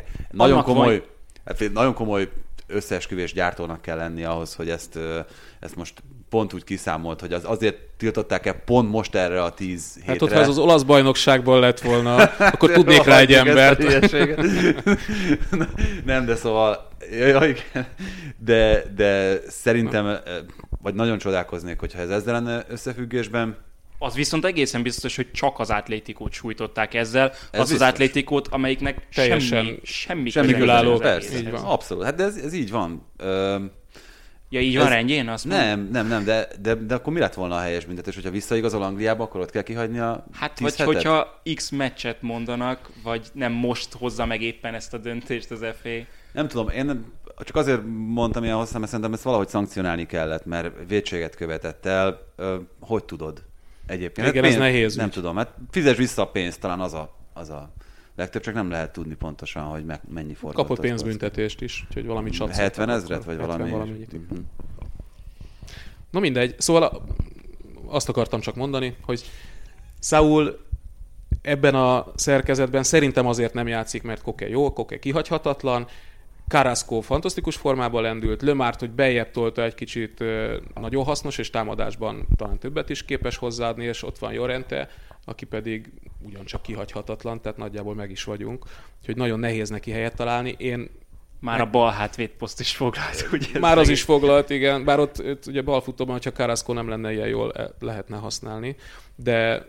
Nagyon komoly összeesküvés gyártónak kell lenni ahhoz, hogy ezt most pont úgy kiszámolt, hogy azért tiltották-e pont most erre a 10 hétre. Hát ott, ha ez az olasz bajnokságból lett volna, akkor tudnék rá egy embert. Nem, de szóval, de szerintem, vagy nagyon csodálkoznék, hogyha ez ezzel lenne összefüggésben. Az viszont egészen biztos, hogy csak az Atlétikót sújtották ezzel, az Atlétikót, amelyiknek semmi különböző. Persze, így van. Abszolút, hát de ez így van. Ja, így van rendjén? Azt nem, de akkor mi lett volna a helyes büntetés, hogyha visszaigazol Angliába, akkor ott kell kihagyni a 10 vagy hogyha X meccset mondanak, vagy nem most hozza meg éppen ezt a döntést az FA. Nem tudom, én csak azért mondtam ilyen hosszan, mert szerintem ezt valahogy szankcionálni kellett, mert vétséget követett el. Hogy tudod? egyébként. Igen, ez nehéz. Nem tudom, hát fizes vissza a pénzt, talán az a legtöbb, csak nem lehet tudni pontosan, hogy mennyi forgatott. Kapott pénzbüntetést is, úgyhogy valamit satszoltam. 70 000 vagy valami? Na mindegy, szóval azt akartam csak mondani, hogy Saul ebben a szerkezetben szerintem azért nem játszik, mert Koke jó, Koke kihagyhatatlan, Carrasco fantasztikus formában lendült, Lemart, hogy beljebb tolta egy kicsit nagyon hasznos, és támadásban talán többet is képes hozzáadni, és ott van Llorente, aki pedig ugyancsak kihagyhatatlan, tehát nagyjából meg is vagyunk. Úgyhogy nagyon nehéz neki helyet találni. Már a bal hátvédposzt is foglalt, ugye? Már az is foglalt, igen. Bár ott ugye balfutóban, hogyha Carrasco nem lenne ilyen jól, lehetne használni. De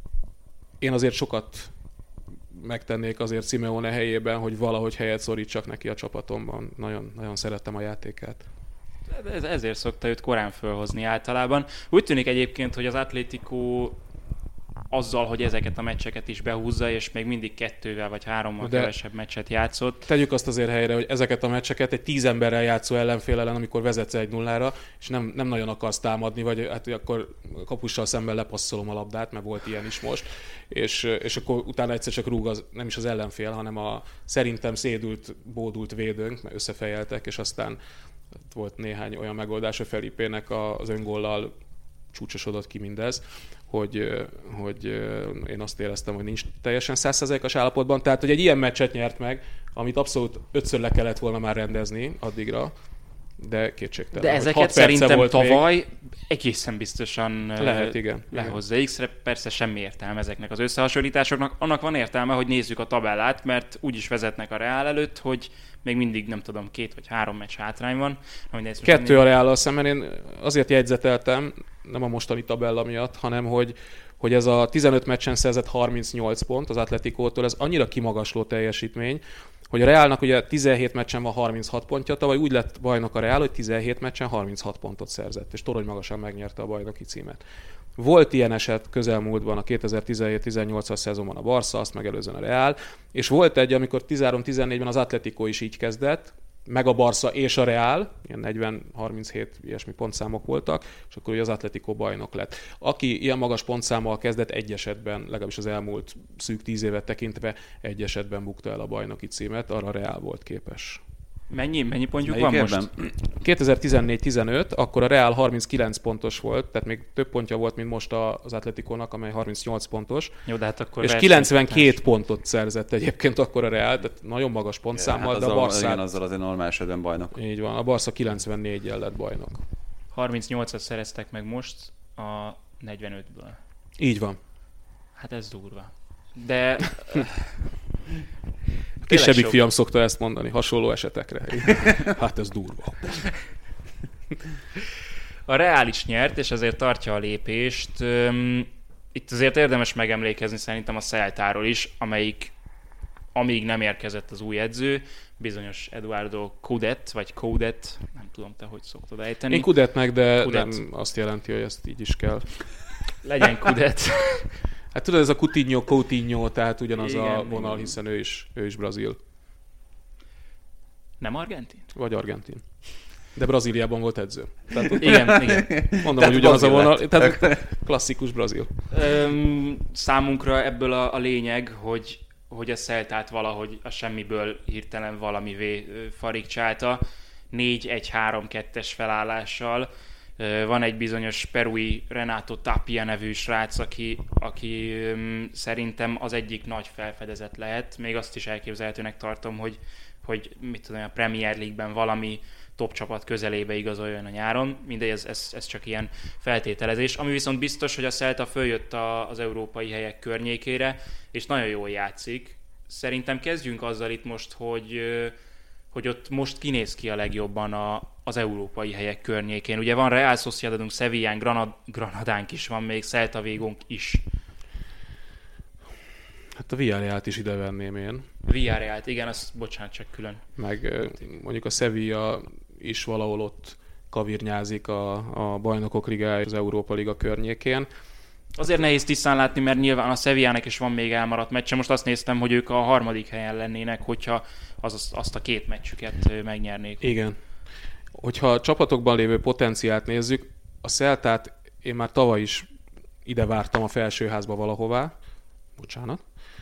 én azért sokat megtennék azért Simeone helyében, hogy valahogy helyet szorítsak neki a csapatomban. Nagyon, nagyon szerettem a játékát. Ezért szokta őt korán fölhozni általában. Úgy tűnik egyébként, hogy az Atlético azzal, hogy ezeket a meccseket is behúzza, és még mindig 2 vagy 3 kevesebb meccset játszott. Tegyük azt azért helyre, hogy ezeket a meccseket egy 10 emberrel játszó ellenfél ellen, amikor vezetsz 1-0-ra, és nem nagyon akarsz támadni, vagy hát akkor kapussal szemben lepasszolom a labdát, mert volt ilyen is most, és akkor utána egyszer csak rúg nem is az ellenfél, hanem a szerintem szédült, bódult védőnk, mert összefejeltek, és aztán volt néhány olyan megoldás, hogy Felipének az öngóllal csúcsosodott ki mindez, hogy én azt éreztem, hogy nincs teljesen 100%-os állapotban. Tehát, hogy egy ilyen meccset nyert meg, amit abszolút 5-ször le kellett volna már rendezni addigra, de kétségtelen. De ezeket szerintem tavaly egészen biztosan lehet, igen. lehozza X-re. Persze semmi értelme ezeknek az összehasonlításoknak. Annak van értelme, hogy nézzük a tabellát, mert úgy is vezetnek a Real előtt, hogy még mindig, nem tudom, 2 vagy 3 meccs hátrány van. 2 a Reállal szemben. Én azért jegyzeteltem, nem a mostani tabella miatt, hanem hogy ez a 15 meccsen szerzett 38 pont az Atleticótól, ez annyira kimagasló teljesítmény, hogy a Reálnak ugye 17 meccsen van 36 pontja, tavaly úgy lett bajnok a Reál, hogy 17 meccsen 36 pontot szerzett, és torony magasan megnyerte a bajnoki címet. Volt ilyen eset közelmúltban a 2017-18-as szezonban a Barca, azt megelőzően a Reál, és volt egy, amikor 13-14-ben az Atletico is így kezdett, meg a Barca és a Real, ilyen 40-37 ilyesmi pontszámok voltak, és akkor ugye az Atletico bajnok lett. Aki ilyen magas pontszámmal kezdett, egy esetben, legalábbis az elmúlt szűk 10 évet tekintve, egy esetben bukta el a bajnoki címet, arra a Real volt képes. Mennyi pontjuk van most? 2014-15, akkor a Real 39 pontos volt, tehát még több pontja volt, mint most az Atleticónak, amely 38 pontos. Jó, de hát akkor és 92 pontot szerzett egyébként akkor a Real, tehát nagyon magas pontszámmal, de a Barca... Igen, azzal azért normál esetben bajnok. Így van, a Barca 94-jel lett bajnok. 38-at szereztek meg most a 45-ből. Így van. Hát ez durva. De... Kisebbik fiam szokta ezt mondani, hasonló esetekre. Hát ez durva. A Real is nyert, és ezért tartja a lépést. Itt azért érdemes megemlékezni szerintem a Celtáról is, amíg nem érkezett az új edző, bizonyos Eduardo Coudet, vagy Coudet, nem tudom te, hogy szoktad ejteni. Én Coudetnek, de Coudet. Nem azt jelenti, hogy ezt így is kell. Legyen Coudet. Hát tudod, ez a Coutinho, tehát ugyanaz igen, a vonal, hiszen ő is brazil. Nem argentin? Vagy argentin. De Brazíliában volt edző. Tehát igen. Mondom, tehát hogy ugyanaz a vonal, tehát klasszikus brazil. Számunkra ebből a lényeg, hogy a Celtát valahogy a semmiből hirtelen valamivé farigcsálta. 4-1-3-2-es felállással. Van egy bizonyos perui Renato Tapia nevű srác, aki szerintem az egyik nagy felfedezet lehet. Még azt is elképzelhetőnek tartom, hogy mit tudom, a Premier League-ben valami top csapat közelébe igazoljon a nyáron. Mindegy, ez csak ilyen feltételezés. Ami viszont biztos, hogy a Celta följött az európai helyek környékére, és nagyon jól játszik. Szerintem kezdjünk azzal itt most, hogy ott most kinéz ki a legjobban az európai helyek környékén. Ugye van Real Sociedadunk, Sevillán, Granadánk is van, még Celta Vigónk is. Hát a Villarrealt is ide venném én. Villarrealt, igen, azt bocsánat, csak külön. Meg mondjuk a Sevilla is valahol ott kavirnyázik a Bajnokok Ligája, az Európa Liga környékén. Azért nehéz tisztán látni, mert nyilván a Sevillának is van még elmaradt meccse. Most azt néztem, hogy ők a 3. helyen lennének, hogyha azt a 2 meccsüket megnyernék. Igen. Hogyha a csapatokban lévő potenciált nézzük, a Celtát én már tavaly is ide vártam a felsőházba valahová. Bocsánat.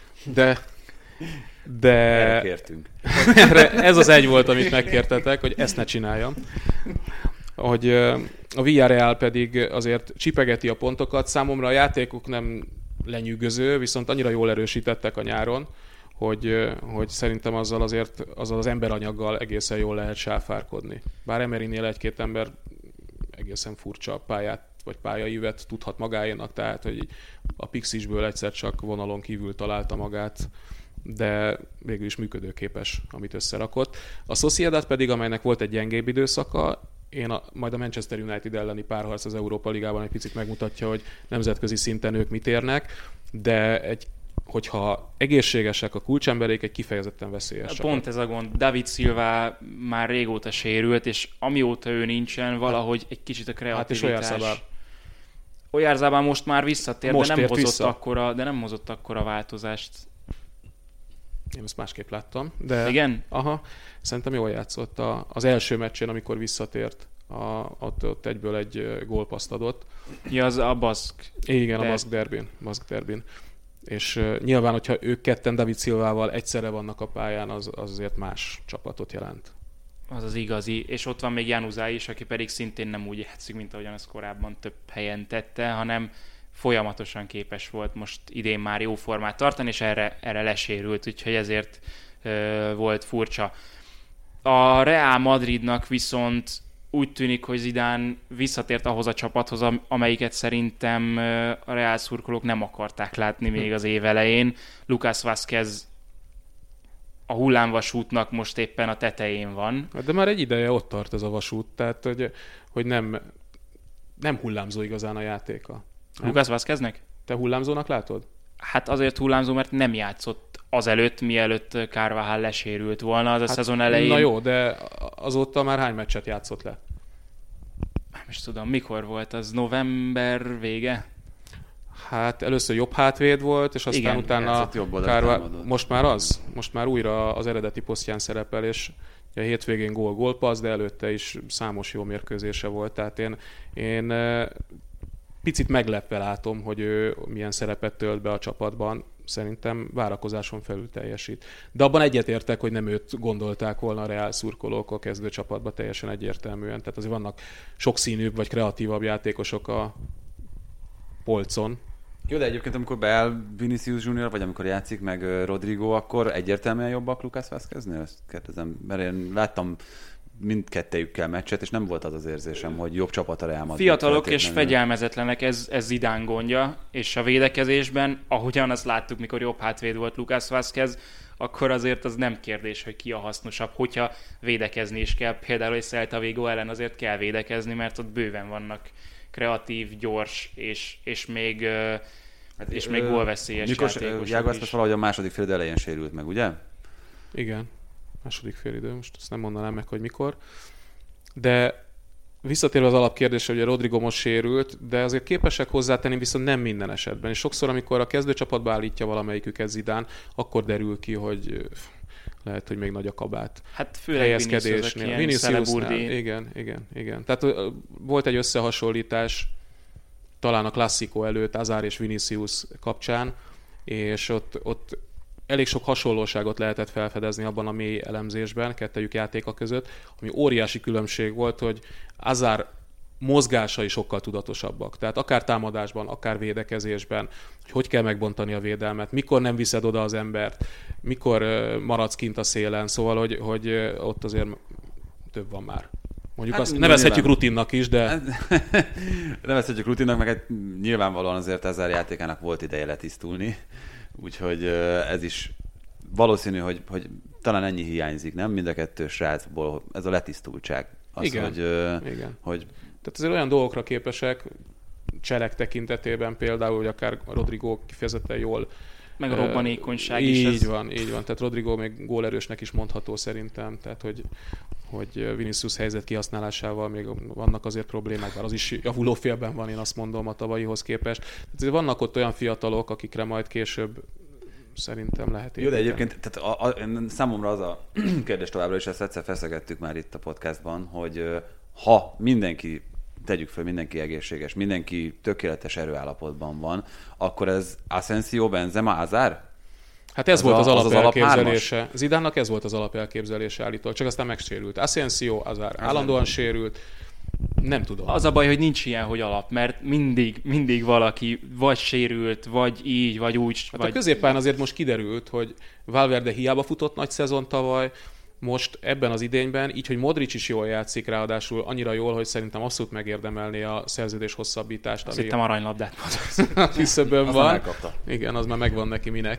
De Erre kértünk. ez az egy volt, amit megkértetek, hogy ezt ne csináljam. Hogy a Villarreal pedig azért csipegeti a pontokat. Számomra a játékuk nem lenyűgöző, viszont annyira jól erősítettek a nyáron, hogy szerintem azzal az emberanyaggal egészen jól lehet sáfárkodni. Bár Emerynél egy-két ember egészen furcsa pályát vagy pályaívet tudhat magáénak, tehát hogy a Pixisből egyszer csak vonalon kívül találta magát, de végül is működőképes, amit összerakott. A Sociedad pedig, amelynek volt egy gyengébb időszaka, majd a Manchester United elleni párharc az Európa Ligában egy picit megmutatja, hogy nemzetközi szinten ők mit érnek, de hogyha egészségesek a kulcsemberék, egy kifejezetten veszélyes csapat. Pont ez a gond. David Silva már régóta sérült, és amióta ő nincsen, valahogy egy kicsit a kreativitás... Oyarzabal most már visszatér, de nem hozott akkora változást. Én ezt másképp láttam. De igen? Aha, szerintem jól játszott. Az első meccsén, amikor visszatért, ott egyből egy gólpaszt adott. Ja, az a baszk. Igen, a baszk derbin. És nyilván, hogyha ők ketten David Silvával egyszerre vannak a pályán, az azért más csapatot jelent. Az az igazi. És ott van még Januzaj is, aki pedig szintén nem úgy játszik, mint ahogyan az korábban több helyen tette, hanem folyamatosan képes volt most idén már jó formát tartani, és erre lesérült, úgyhogy ezért volt furcsa. A Real Madridnak viszont úgy tűnik, hogy Zidane visszatért ahhoz a csapathoz, amelyiket szerintem a Real szurkolók nem akarták látni még az év elején. Lucas Vázquez a hullámvasútnak most éppen a tetején van. De már egy ideje ott tart ez a vasút, tehát hogy nem hullámzó igazán a játéka. Lucas Vázqueznek? Te hullámzónak látod? Hát azért hullámzó, mert nem játszott azelőtt, mielőtt Carvajal lesérült volna az a szezon elején. Na jó, de azóta már hány meccset játszott le? Nem is tudom, mikor volt az? November vége? Hát először jobb hátvéd volt, és aztán utána most már újra az eredeti posztján szerepel, és a hétvégén gólpassz, de előtte is számos jó mérkőzése volt, tehát én picit meglepve látom, hogy ő milyen szerepet tölt be a csapatban. Szerintem várakozáson felül teljesít. De abban egyetértek, hogy nem őt gondolták volna a Real szurkolók a kezdőcsapatban teljesen egyértelműen. Tehát azért vannak sokszínűbb vagy kreatívabb játékosok a polcon. Jó, de egyébként amikor beáll Vinicius Junior, vagy amikor játszik meg Rodrigo, akkor egyértelműen jobbak Lucas Vázqueznél? Ezt kérdezem, mert én láttam mindkettejükkel meccset, és nem volt az érzésem, hogy jobb csapat a Real Madrid. Fiatalok és fegyelmezetlenek, ez Zidane gondja, és a védekezésben, ahogyan azt láttuk, mikor jobb hátvéd volt Lucas Vázquez, akkor azért az nem kérdés, hogy ki a hasznosabb, hogyha védekezni is kell. Például egy Celta Vigo ellen azért kell védekezni, mert ott bőven vannak kreatív, gyors, és még gólveszélyes játékosok is. Jágo Aspas valahogy a második félidő elején sérült meg, ugye? Igen. Második félidő, most azt nem mondanám meg, hogy mikor. De visszatérve az alapkérdésre, hogy a Rodrigo most sérült, de azért képesek hozzátenni, viszont nem minden esetben. És sokszor, amikor a kezdőcsapatba állítja valamelyiküket Zidane, akkor derül ki, hogy lehet, hogy még nagy a kabát. Hát főleg Viniciusnál. Igen. Tehát volt egy összehasonlítás talán a Clásico előtt Hazard és Vinicius kapcsán, és ott elég sok hasonlóságot lehetett felfedezni abban a mély elemzésben, kettejük játéka között, ami óriási különbség volt, hogy Hazard mozgásai sokkal tudatosabbak. Tehát akár támadásban, akár védekezésben, hogy kell megbontani a védelmet, mikor nem viszed oda az embert, mikor maradsz kint a szélen, szóval, hogy ott azért több van már. Mondjuk azt nevezhetjük rutinnak is, de... Nevezhetjük rutinnak, meg nyilvánvalóan azért Hazard játékának volt ideje letisztulni. Úgyhogy ez is valószínű, hogy talán ennyi hiányzik, nem? Mind a kettő srácból ez a letisztultság. Az, igen. Tehát azért olyan dolgokra képesek, cselek tekintetében például, hogy akár Rodrigo kifejezetten jól... Meg a robbanékonyság is. Így van. Tehát Rodrigo még gólerősnek is mondható szerintem. Tehát, hogy Vinicius helyzet kihasználásával még vannak azért problémák, bár az is javuló félben van, én azt mondom, a tavalyihoz képest. Tehát vannak ott olyan fiatalok, akikre majd később szerintem lehet építeni. Jó, de egyébként tehát számomra az a kérdés továbbra is, ezt egyszer feszegettük már itt a podcastban, hogy ha mindenki tegyük fel, mindenki egészséges, mindenki tökéletes erőállapotban van, akkor ez Asensio, Benzema, Hazard? Hát ez volt az alapelképzelése. Zidánnak ez volt az alapelképzelése állítólag, csak aztán megsérült. Asensio, Hazard állandóan sérült. Nem tudom. Az a baj, hogy nincs ilyen, hogy alap, mert mindig valaki vagy sérült, vagy így, vagy úgy. Hát vagy... a középpályán azért most kiderült, hogy Valverde hiába futott nagy szezon tavaly, most ebben az idényben, így, hogy Modric is jól játszik, ráadásul annyira jól, hogy szerintem abszolút megérdemelné a szerződés hosszabbítást. Azt hittem aranylabdát mondani. A küszöbön van. Elkapta. Igen, az már megvan neki minek.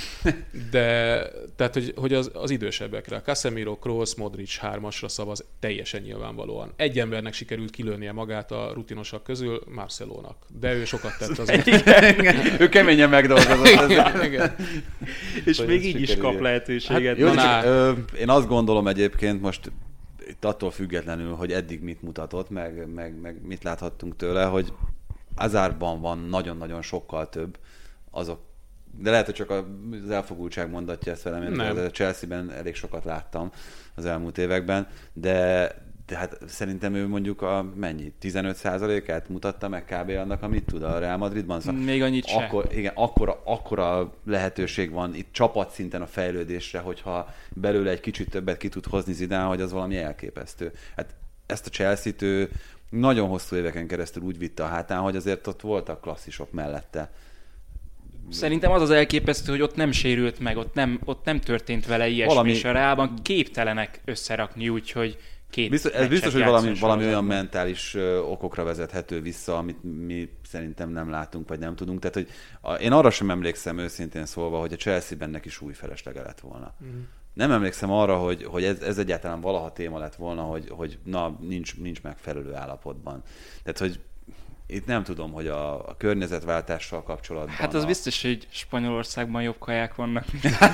De tehát, hogy az idősebbekre. Casemiro, Kroos, Modric 3-asra szavaz teljesen nyilvánvalóan. Egy embernek sikerült kilőnie magát a rutinosak közül, Marcelónak. De ő sokat tett azért. Ő keményen megdolgozott. Igen. És még így is kap lehetőséget. Hát, én azt gondolom egyébként most itt attól függetlenül, hogy eddig mit mutatott, meg mit láthattunk tőle, hogy Hazardban van nagyon-nagyon sokkal több azok, de lehet, hogy csak az elfogultság mondatja ezt velem, én a Chelsea-ben elég sokat láttam az elmúlt években, de hát szerintem ő mondjuk a 15%-át mutatta meg kb. Annak, amit tud a Real Madridban. Szóval még annyit se. Igen, akkora lehetőség van itt csapatszinten a fejlődésre, hogyha belőle egy kicsit többet ki tud hozni Zidane, hogy az valami elképesztő. Hát ezt a Chelsea-t ő nagyon hosszú éveken keresztül úgy vitte a hátán, hogy azért ott voltak klasszisok mellette. Szerintem az elképesztő, hogy ott nem sérült meg, ott nem történt vele ilyesmi, és a Reálban képtelenek összerakni, úgyhogy ez biztos, hogy valami olyan mentális okokra vezethető vissza, amit mi szerintem nem látunk, vagy nem tudunk. Tehát, hogy én arra sem emlékszem őszintén szólva, hogy a Chelsea-ben neki súlyfeleslege lett volna. Nem emlékszem arra, hogy ez egyáltalán valaha téma lett volna, hogy na, nincs megfelelő állapotban. Tehát, hogy itt nem tudom, hogy a környezetváltással kapcsolatban... Hát az biztos, hogy Spanyolországban jobb kaják vannak.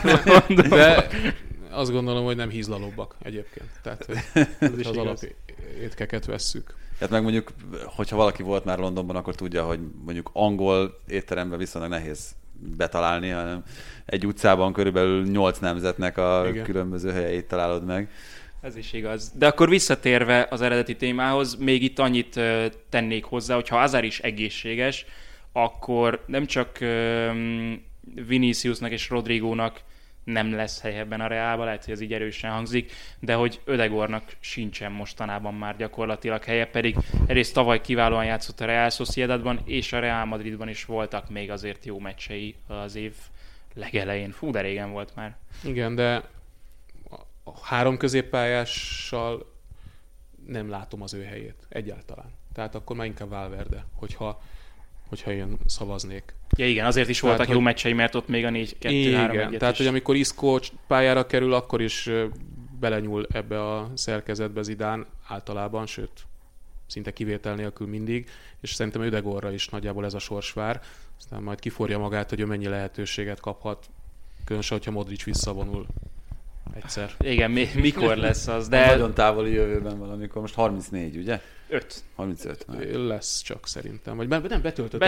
De azt gondolom, hogy nem hízlalóbbak egyébként. Tehát, hogy az alapétkeket vesszük. Hát meg mondjuk, hogyha valaki volt már Londonban, akkor tudja, hogy mondjuk angol étteremben viszonylag nehéz betalálni, hanem egy utcában körülbelül 8 nemzetnek a különböző helyeit találod meg. Ez is igaz. De akkor visszatérve az eredeti témához, még itt annyit tennék hozzá, hogy ha Hazard is egészséges, akkor nem csak Viniciusnak és Rodrigónak nem lesz hely ebben a Reálban, lehet, hogy ez így erősen hangzik, de hogy Ödegornak sincsen mostanában már gyakorlatilag helye, pedig egyrészt tavaly kiválóan játszott a Real Sociedadban, és a Real Madridban is voltak még azért jó meccsei az év legelején. Fú, de régen volt már. Igen, de a 3 középpályással nem látom az ő helyét egyáltalán. Tehát akkor már inkább Valverde, hogyha én szavaznék. Ja igen, azért is voltak jó meccsei, mert ott még a 4-2-3-1-et igen, tehát hogy amikor Isco pályára kerül, akkor is belenyúl ebbe a szerkezetbe Zidane általában, sőt, szinte kivétel nélkül mindig, és szerintem Ödegorra is nagyjából ez a sors vár. Aztán majd kiforja magát, hogy ő mennyi lehetőséget kaphat, különösen, hogyha Modric visszavonul egyszer. Igen, mikor lesz az, de... Nagyon távoli jövőben valamikor, most 34, ugye? 35. Lesz csak szerintem. Vagy nem, betöltött a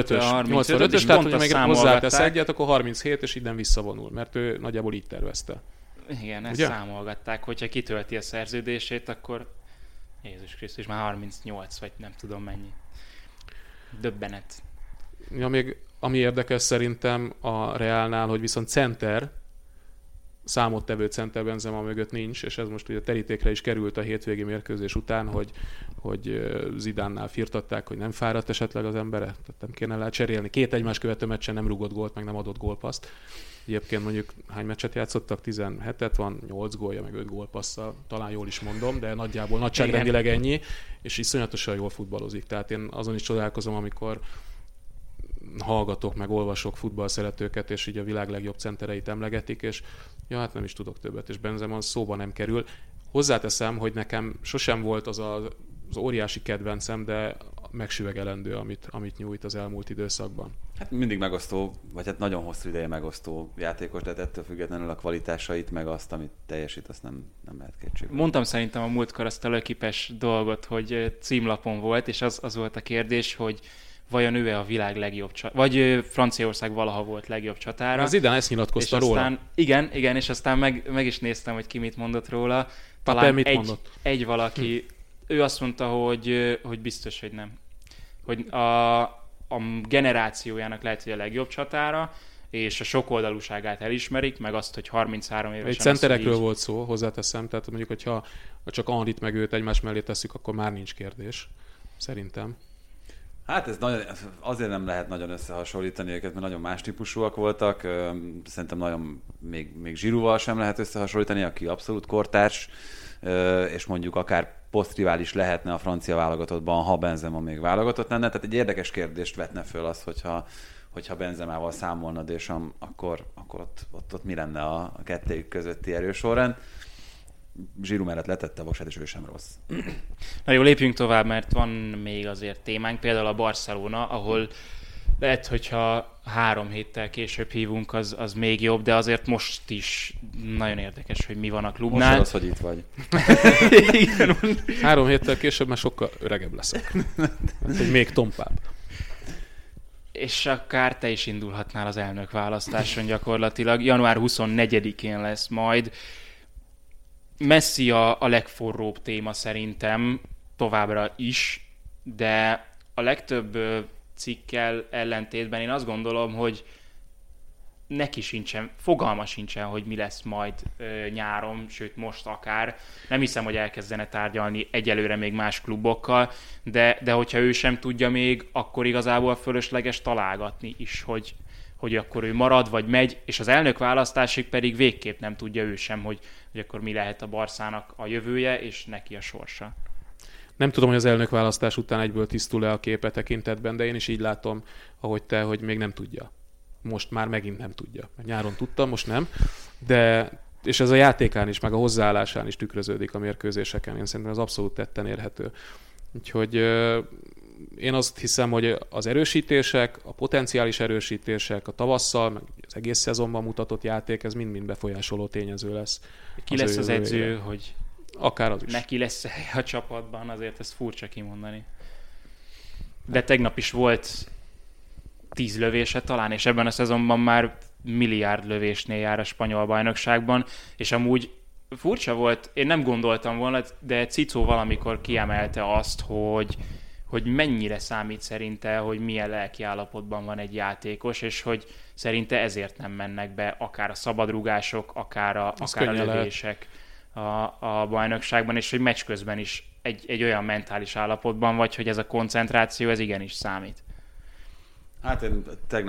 85-ös, tehát hogy még hozzátesz egyet, akkor 37, és innen visszavonul, mert ő nagyjából így tervezte. Igen, ezt számolgatták, hogyha kitölti a szerződését, akkor Jézus Krisztus, már 38, vagy nem tudom mennyi. Döbbenet. Ja, még ami érdekes szerintem a Reálnál, hogy viszont center, számottevő center Benzema mögött nincs, és ez most ugye terítékre is került a hétvégi mérkőzés után, hogy Zidánnál firtatták, hogy nem fáradt esetleg az embere, tehát nem kéne lecserélni. 2 egymás követő meccsen nem rúgott gólt, meg nem adott gólpasszt. Egyébként mondjuk hány meccset játszottak? 17-et van, 8 gólja, meg 5 gólpasszal, talán jól is mondom, de nagyjából nagyságrendileg ennyi, és iszonyatosan jól futballozik. Tehát én azon is csodálkozom, amikor hallgatok, meg olvasok futballszeretőket, és így a világ legjobb centereit emlegetik, és ja, hát nem is tudok többet, és Benzema szóba nem kerül. Hozzáteszem, hogy nekem sosem volt az óriási kedvencem, de megsüvegelendő, amit nyújt az elmúlt időszakban. Hát mindig megosztó, vagy hát nagyon hosszú ideje megosztó játékos, de ettől függetlenül a kvalitásait, meg azt, amit teljesít, azt nem lehet kétségbe. Mondtam szerintem a múltkor azt a lökipes dolgot, hogy címlapon volt, és az volt a kérdés, hogy vajon ő a világ legjobb vagy Franciaország valaha volt legjobb csatára. Az Zidane ezt nyilatkozta róla. Aztán, igen, és aztán meg is néztem, hogy ki mit mondott róla. Talán egy valaki ő azt mondta, hogy biztos, hogy nem. Hogy a generációjának lehet, hogy a legjobb csatára, és a sokoldalúságát elismerik, meg azt, hogy 33 évesen... Egy centerekről volt szó, hozzáteszem, tehát mondjuk, hogyha csak Henryt meg őt egymás mellé tesszük, akkor már nincs kérdés, szerintem. Hát ez azért nem lehet nagyon összehasonlítani őket, mert nagyon más típusúak voltak. Szerintem nagyon még Giroudval sem lehet összehasonlítani, aki abszolút kortárs, és mondjuk akár posztrivális lehetne a francia válogatottban, ha Benzema még válogatott lenne. Tehát egy érdekes kérdést vetne föl az, hogyha Benzemával számolna Deschamps, akkor ott mi lenne a kettőjük közötti erősorrend. Giroud mellett letette a voksát, és ő sem rossz. Na jó, lépjünk tovább, mert van még azért témánk, például a Barcelona, ahol lehet, hogyha 3 héttel később hívunk, az még jobb, de azért most is nagyon érdekes, hogy mi van a klubnál. Most az, hogy itt vagy. Igen. 3 héttel később már sokkal öregebb leszek. Hát, még tompább. És akár te is indulhatnál az elnök választáson gyakorlatilag. Január 24-én lesz majd. Messi a legforróbb téma szerintem továbbra is, de a legtöbb cikkel ellentétben én azt gondolom, hogy neki fogalma sincsen, hogy mi lesz majd nyáron, sőt most akár. Nem hiszem, hogy elkezdene tárgyalni egyelőre még más klubokkal, de hogyha ő sem tudja még, akkor igazából fölösleges találgatni is, hogy akkor ő marad, vagy megy, és az elnök választásig pedig végképp nem tudja ő sem, hogy akkor mi lehet a Barszának a jövője, és neki a sorsa. Nem tudom, hogy az elnök választás után egyből tisztul-e a képe tekintetben, de én is így látom, ahogy te, hogy még nem tudja. Most már megint nem tudja. Nyáron tudtam, most nem. És ez a játékán is, meg a hozzáállásán is tükröződik a mérkőzéseken. Én szerintem ez abszolút tetten érhető. Úgyhogy én azt hiszem, hogy az erősítések, a potenciális erősítések, a tavasszal, meg az egész szezonban mutatott játék, ez mind-mind befolyásoló tényező lesz. Ki lesz az edző, hogy akár az is. Neki lesz a csapatban, azért ezt furcsa kimondani. De tegnap is volt 10 lövése talán, és ebben a szezonban már milliárd lövésnél jár a spanyol bajnokságban, és amúgy furcsa volt, én nem gondoltam volna, de Cicó valamikor kiemelte azt, hogy mennyire számít szerinte, hogy milyen lelki állapotban van egy játékos, és hogy szerinte ezért nem mennek be akár a szabadrugások, akár a lövések a bajnokságban, és hogy meccs közben is egy olyan mentális állapotban vagy, hogy ez a koncentráció, ez igenis számít. Hát én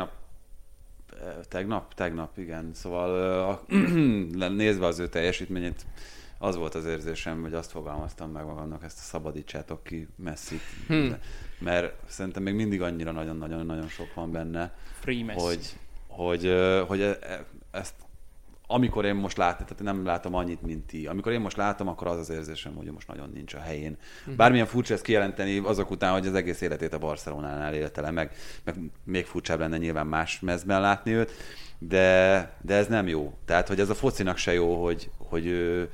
tegnap, igen. Szóval nézve az ő teljesítményét, az volt az érzésem, hogy azt fogalmaztam meg magamnak, ezt a szabadítsátok ki Messit. Mert szerintem még mindig annyira nagyon-nagyon sok van benne, hogy ezt amikor én most látom, tehát nem látom annyit, mint ti. Amikor én most látom, akkor az érzésem, hogy most nagyon nincs a helyén. Bármilyen furcsa ezt kijelenteni azok után, hogy az egész életét a Barcelonánál élte le, meg még furcsább lenne nyilván más mezben látni őt, de ez nem jó. Tehát, hogy ez a focinak se jó, hogy ő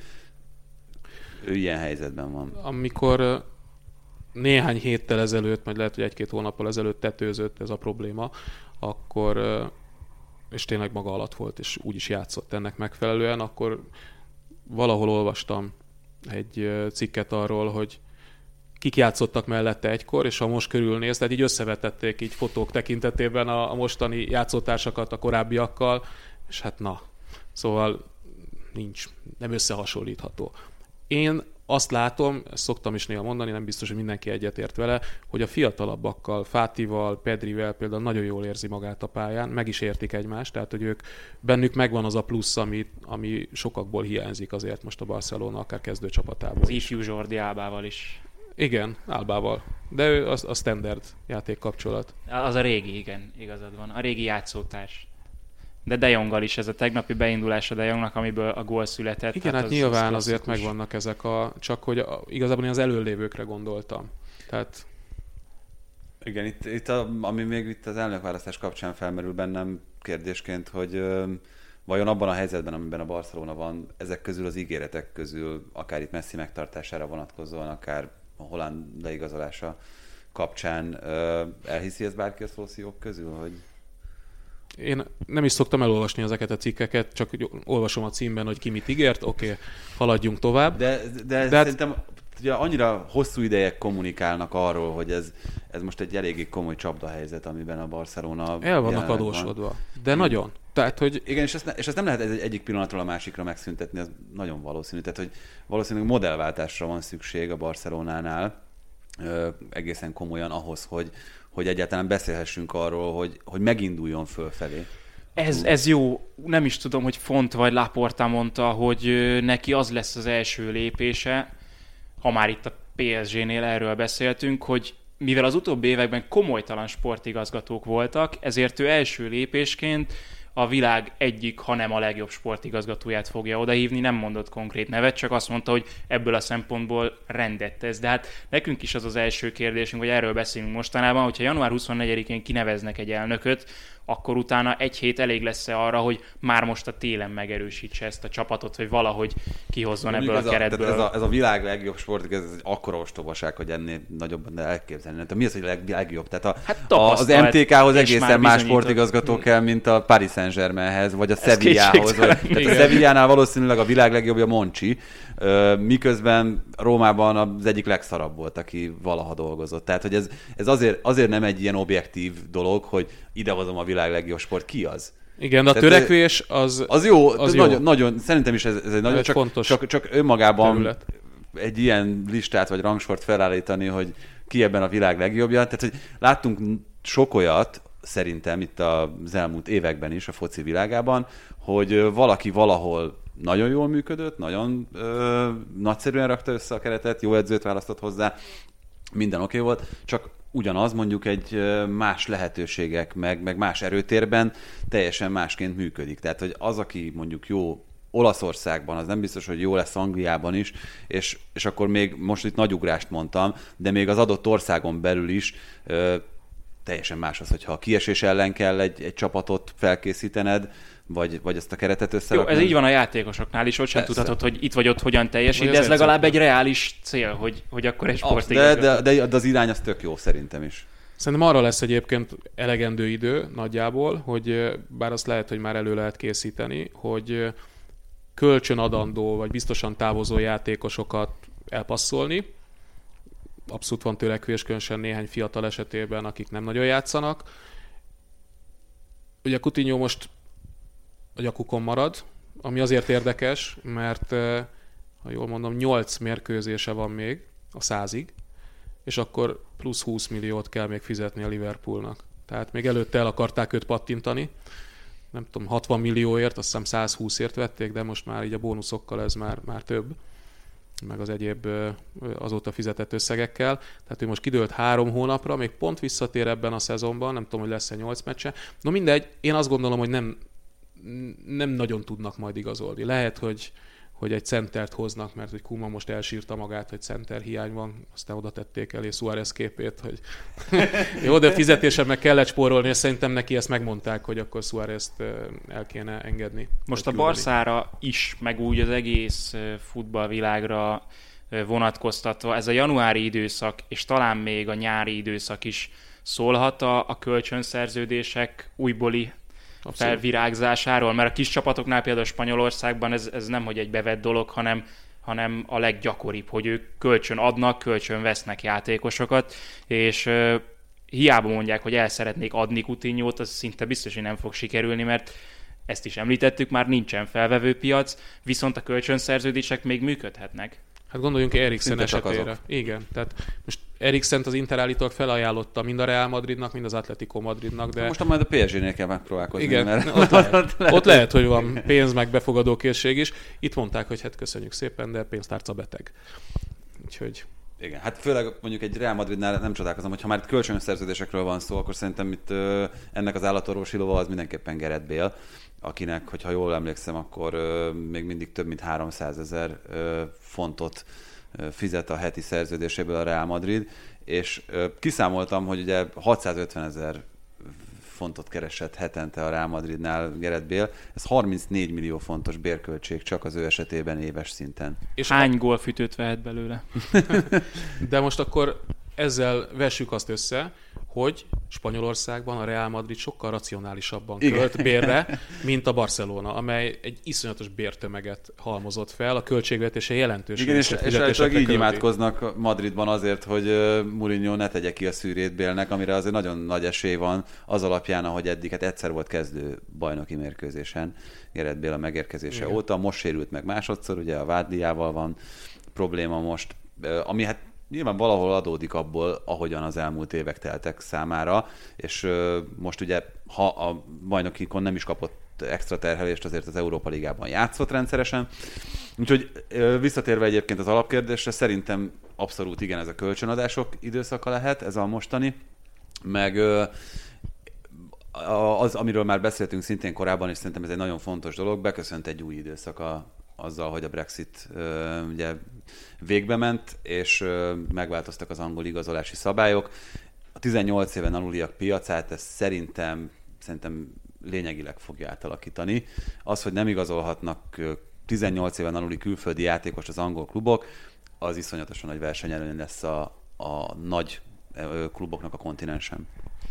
ilyen helyzetben van. Amikor néhány héttel ezelőtt, vagy lehet, hogy 1-2 hónappal ezelőtt tetőzött ez a probléma, akkor és tényleg maga alatt volt, és úgy is játszott ennek megfelelően, akkor valahol olvastam egy cikket arról, hogy kik játszottak mellette egykor, és ha most körülnéz, tehát így összevetették így fotók tekintetében a mostani játszótársakat a korábbiakkal, és hát szóval nem összehasonlítható. Én azt látom, ezt szoktam is néha mondani, nem biztos, hogy mindenki egyetért vele, hogy a fiatalabbakkal, Fatival, Pedrivel például nagyon jól érzi magát a pályán, meg is értik egymást, tehát hogy bennük megvan az a plusz, ami sokakból hiányzik azért most a Barcelona, akár kezdőcsapatából. Az ifjú Jordi Albával is. Igen, Albával. De ő a standard játékkapcsolat. Az a régi, igen, igazad van. A régi játszótárs. De Jonggal is ez a tegnapi beindulása De Jongnak, amiből a gól született. Igen, hát nyilván azért megvannak ezek csak hogy igazából én az előlévőkre gondoltam. Tehát... Igen, itt ami még itt az elnökválasztás kapcsán felmerül bennem kérdésként, hogy vajon abban a helyzetben, amiben a Barcelona van, ezek közül az ígéretek közül, akár itt Messi megtartására vonatkozóan, akár a Haaland leigazolása kapcsán elhiszi ez bárki a szósziók közül, hogy... Én nem is szoktam elolvasni ezeket a cikkeket, csak olvasom a címben, hogy ki mit ígért, oké, haladjunk tovább. De szerintem ugye annyira hosszú ideje kommunikálnak arról, hogy ez most egy eléggé komoly csapdahelyzet, amiben a Barcelona el vannak adósodva. De nagyon. Tehát, hogy... Igen, és ezt nem lehet egyik pillanatról a másikra megszüntetni, ez nagyon valószínű. Tehát, hogy valószínűleg modellváltásra van szükség a Barcelonánál egészen komolyan ahhoz, hogy egyáltalán beszélhessünk arról, hogy meginduljon fölfelé. Ez jó. Nem is tudom, hogy Font vagy Laporta mondta, hogy neki az lesz az első lépése, ha már itt a PSG-nél erről beszéltünk, hogy mivel az utóbbi években komolytalan sportigazgatók voltak, ezért ő első lépésként a világ egyik, ha nem a legjobb sportigazgatóját fogja odahívni, nem mondott konkrét nevet, csak azt mondta, hogy ebből a szempontból rendet tesz. De hát nekünk is az az első kérdésünk, hogy erről beszélünk mostanában, hogyha január 24-én kineveznek egy elnököt, akkor utána egy hét elég lesz-e arra, hogy már most a télen megerősítse ezt a csapatot, hogy valahogy kihozzon ebből a keretből. Ez a világ legjobb sport, ez egy akkora ostobaság, hogy ennél nagyobban elképzelni. Tehát mi az, hogy legjobb? Tehát az MTK-hoz egészen más sportigazgató kell, mint a Paris Saint-Germainhez, vagy a Sevillához. Tehát a Sevillánál valószínűleg a világ legjobbja Monchi, miközben Rómában az egyik legszarabb volt, aki valaha dolgozott. Tehát, hogy ez azért nem egy ilyen objektív dolog, hogy idehozom a világ legjobb sport, ki az? Igen, de a törekvés az jó. Az nagyon, jó. nagyon, szerintem is ez egy nagyon csak önmagában terület. Egy ilyen listát vagy rangsort felállítani, hogy ki ebben a világ legjobbja. Tehát, hogy láttunk sok olyat, szerintem itt az elmúlt években is a foci világában, hogy valaki valahol nagyon jól működött, nagyon nagyszerűen rakta össze a keretet, jó edzőt választott hozzá, minden oké volt, csak ugyanaz mondjuk egy más lehetőségek, meg más erőtérben teljesen másként működik. Tehát, hogy az, aki mondjuk jó Olaszországban, az nem biztos, hogy jó lesz Angliában is, és akkor még most itt nagy ugrást mondtam, de még az adott országon belül is teljesen más az, hogyha a kiesés ellen kell egy csapatot felkészítened, vagy ezt a keretet összerakni. Jó, ez így van a játékosoknál is, ott sem tudhatod, hogy itt vagy ott hogyan teljesít, de ez legalább egy reális cél, hogy akkor egy sportigazgató. De az irány az tök jó szerintem is. Szerintem arra lesz egyébként elegendő idő nagyjából, hogy bár azt lehet, hogy már elő lehet készíteni, hogy kölcsönadandó vagy biztosan távozó játékosokat elpasszolni. Abszolút van törekvés, különösen néhány fiatal esetében, akik nem nagyon játszanak. Ugye Coutinho most a gyakukon marad, ami azért érdekes, mert ha jól mondom, 8 mérkőzése van még a 100-ig, és akkor plusz 20 milliót kell még fizetni a Liverpoolnak. Tehát még előtte el akarták őt pattintani, nem tudom, 60 millióért, azt hiszem 120-ért vették, de most már így a bónuszokkal ez már több, meg az egyéb azóta fizetett összegekkel. Tehát ő most kidőlt 3 hónapra, még pont visszatér ebben a szezonban, nem tudom, hogy lesz-e 8 meccse. No mindegy, én azt gondolom, hogy nem nagyon tudnak majd igazolni. Lehet, hogy egy centert hoznak, mert hogy Koeman most elsírta magát, hogy center hiány van, aztán oda tették elé Suárez képét, hogy jó, de fizetésen meg kellett spórolni, és szerintem neki ezt megmondták, hogy akkor Suárezt el kéne engedni. Most a Barszára is, meg úgy az egész futballvilágra vonatkoztatva, ez a januári időszak, és talán még a nyári időszak is szólhat a kölcsönszerződések újbóli felvirágzásáról, mert a kis csapatoknál például Spanyolországban ez nem hogy egy bevett dolog, hanem a leggyakoribb, hogy ők kölcsön adnak, kölcsön vesznek játékosokat, és hiába mondják, hogy el szeretnék adni Coutinhót, az szinte biztos, hogy nem fog sikerülni, mert ezt is említettük, már nincsen felvevőpiac, viszont a kölcsönszerződések még működhetnek. Hát gondoljunk Eriksen esetére. Igen, tehát most Eriksent az Inter állítólag felajánlotta mind a Real Madridnak, mind az Atletico Madridnak, de... Most majd a PSG-nél kell megpróbálkozni. Igen, mert... ott lehet, hogy van pénz meg befogadókészség is. Itt mondták, hogy hát köszönjük szépen, de pénztárca beteg. Úgyhogy... Igen, hát főleg mondjuk egy Real Madridnál nem csodálkozom, hogy ha már kölcsönszerződésekről van szó, akkor szerintem itt ennek az állatorvosi lova az mindenképpen Gareth Bale, akinek, hogyha jól emlékszem, akkor még mindig több mint 300 000 fontot fizet a heti szerződéséből a Real Madrid, és kiszámoltam, hogy ugye 650 000 fontot keresett hetente a Real Madridnál Gareth Bale, ez 34 millió fontos bérköltség csak az ő esetében éves szinten. És hány gólfütőt vehet belőle? De most akkor ezzel vessük azt össze, hogy Spanyolországban a Real Madrid sokkal racionálisabban költ bérre, mint a Barcelona, amely egy iszonyatos bértömeget halmozott fel, a költségvetése jelentős. Igen, és állítólag így imádkoznak Madridban azért, hogy Mourinho ne tegye ki a szűrét Bélnek, amire azért nagyon nagy esély van az alapján, ahogy eddig, hát egyszer volt kezdő bajnoki mérkőzésen Gareth Bale a megérkezése óta, most sérült meg másodszor, ugye a vádliával van probléma most, ami hát nyilván valahol adódik abból, ahogyan az elmúlt évek teltek számára, és most ugye, ha a bajnokikon nem is kapott extra terhelést, azért az Európa Ligában játszott rendszeresen. Úgyhogy visszatérve egyébként az alapkérdésre, szerintem abszolút igen, ez a kölcsönadások időszaka lehet, ez a mostani, meg az, amiről már beszéltünk szintén korábban, és szerintem ez egy nagyon fontos dolog, beköszönt egy új időszaka azzal, hogy a Brexit ugye végbe ment, és megváltoztak az angol igazolási szabályok. A 18 éven aluliak piacát ez szerintem lényegileg fogja átalakítani. Az, hogy nem igazolhatnak 18 éven aluli külföldi játékost az angol klubok, az iszonyatosan nagy versenyelőny lesz a nagy kluboknak a kontinensen.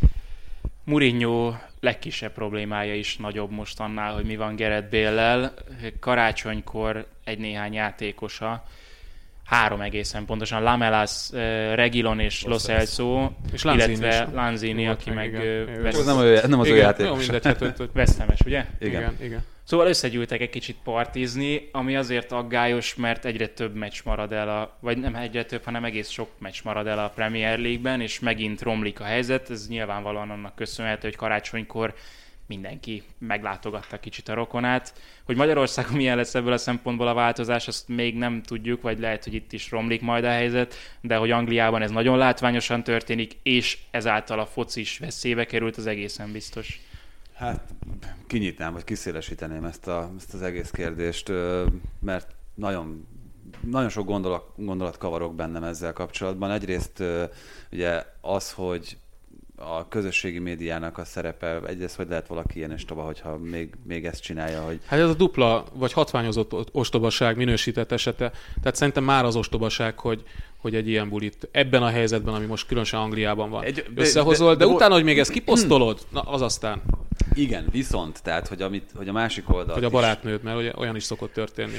Mourinho legkisebb problémája is nagyobb most annál, hogy mi van Gareth Bale-lel. Karácsonykor egy-néhány játékosa, 3 egészen pontosan, Lamelas, Reguilón és Lo Celso, illetve Lanzini, aki meg nem az ő játékos. West-Hames, ugye? Igen. Szóval összegyűltek egy kicsit partizni, ami azért aggályos, mert egyre több meccs marad el, vagy nem egyre több, hanem egész sok meccs marad el a Premier League-ben, és megint romlik a helyzet. Ez nyilvánvalóan annak köszönhető, hogy karácsonykor mindenki meglátogatta kicsit a rokonát. Hogy Magyarországon milyen lesz ebből a szempontból a változás, azt még nem tudjuk, vagy lehet, hogy itt is romlik majd a helyzet, de hogy Angliában ez nagyon látványosan történik, és ezáltal a foci is veszélybe került, az egészen biztos. Hát kinyitnám, vagy kiszélesíteném ezt az egész kérdést, mert nagyon, nagyon sok gondolat kavarok bennem ezzel kapcsolatban. Egyrészt ugye az, hogy a közösségi médiának a szerepe, egyrészt, hogy lehet valaki ilyen ostoba, hogyha még ezt csinálja, hogy... Hát ez a dupla, vagy hatványozott ostobaság minősített esete. Tehát szerintem már az ostobaság, hogy egy ilyen bulit ebben a helyzetben, ami most különösen Angliában van, összehozol, de utána, hogy még ezt kiposztolod, na az aztán... Igen, viszont, tehát, hogy a másik oldal. Hogy a barátnőd, mert ugye olyan is szokott történni.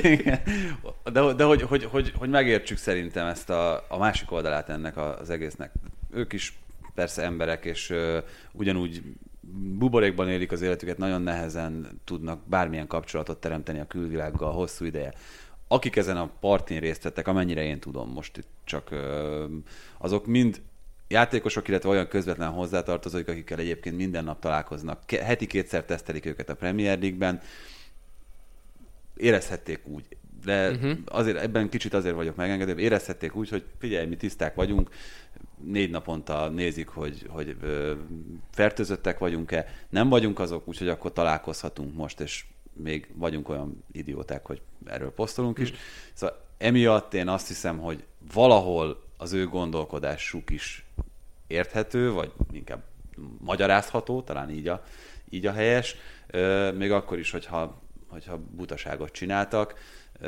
de hogy megértsük szerintem ezt a másik oldalát ennek az egésznek. Ők is persze emberek, és ugyanúgy buborékban élik az életüket, nagyon nehezen tudnak bármilyen kapcsolatot teremteni a külvilággal hosszú ideje. Akik ezen a partin részt vettek, amennyire én tudom most itt csak, azok mind játékosok, illetve olyan közvetlen hozzátartozóik, akikkel egyébként minden nap találkoznak. Heti 2-szer tesztelik őket a Premier League-ben. Érezhették úgy, de azért, ebben kicsit azért vagyok megengedő, érezhették úgy, hogy figyelj, mi tiszták vagyunk, 4 naponta nézik, hogy fertőzöttek vagyunk-e, nem vagyunk azok, úgyhogy akkor találkozhatunk most, és még vagyunk olyan idióták, hogy erről posztolunk is. Szóval emiatt én azt hiszem, hogy valahol az ő gondolkodásuk is érthető, vagy inkább magyarázható, talán így a helyes, még akkor is, hogyha butaságot csináltak.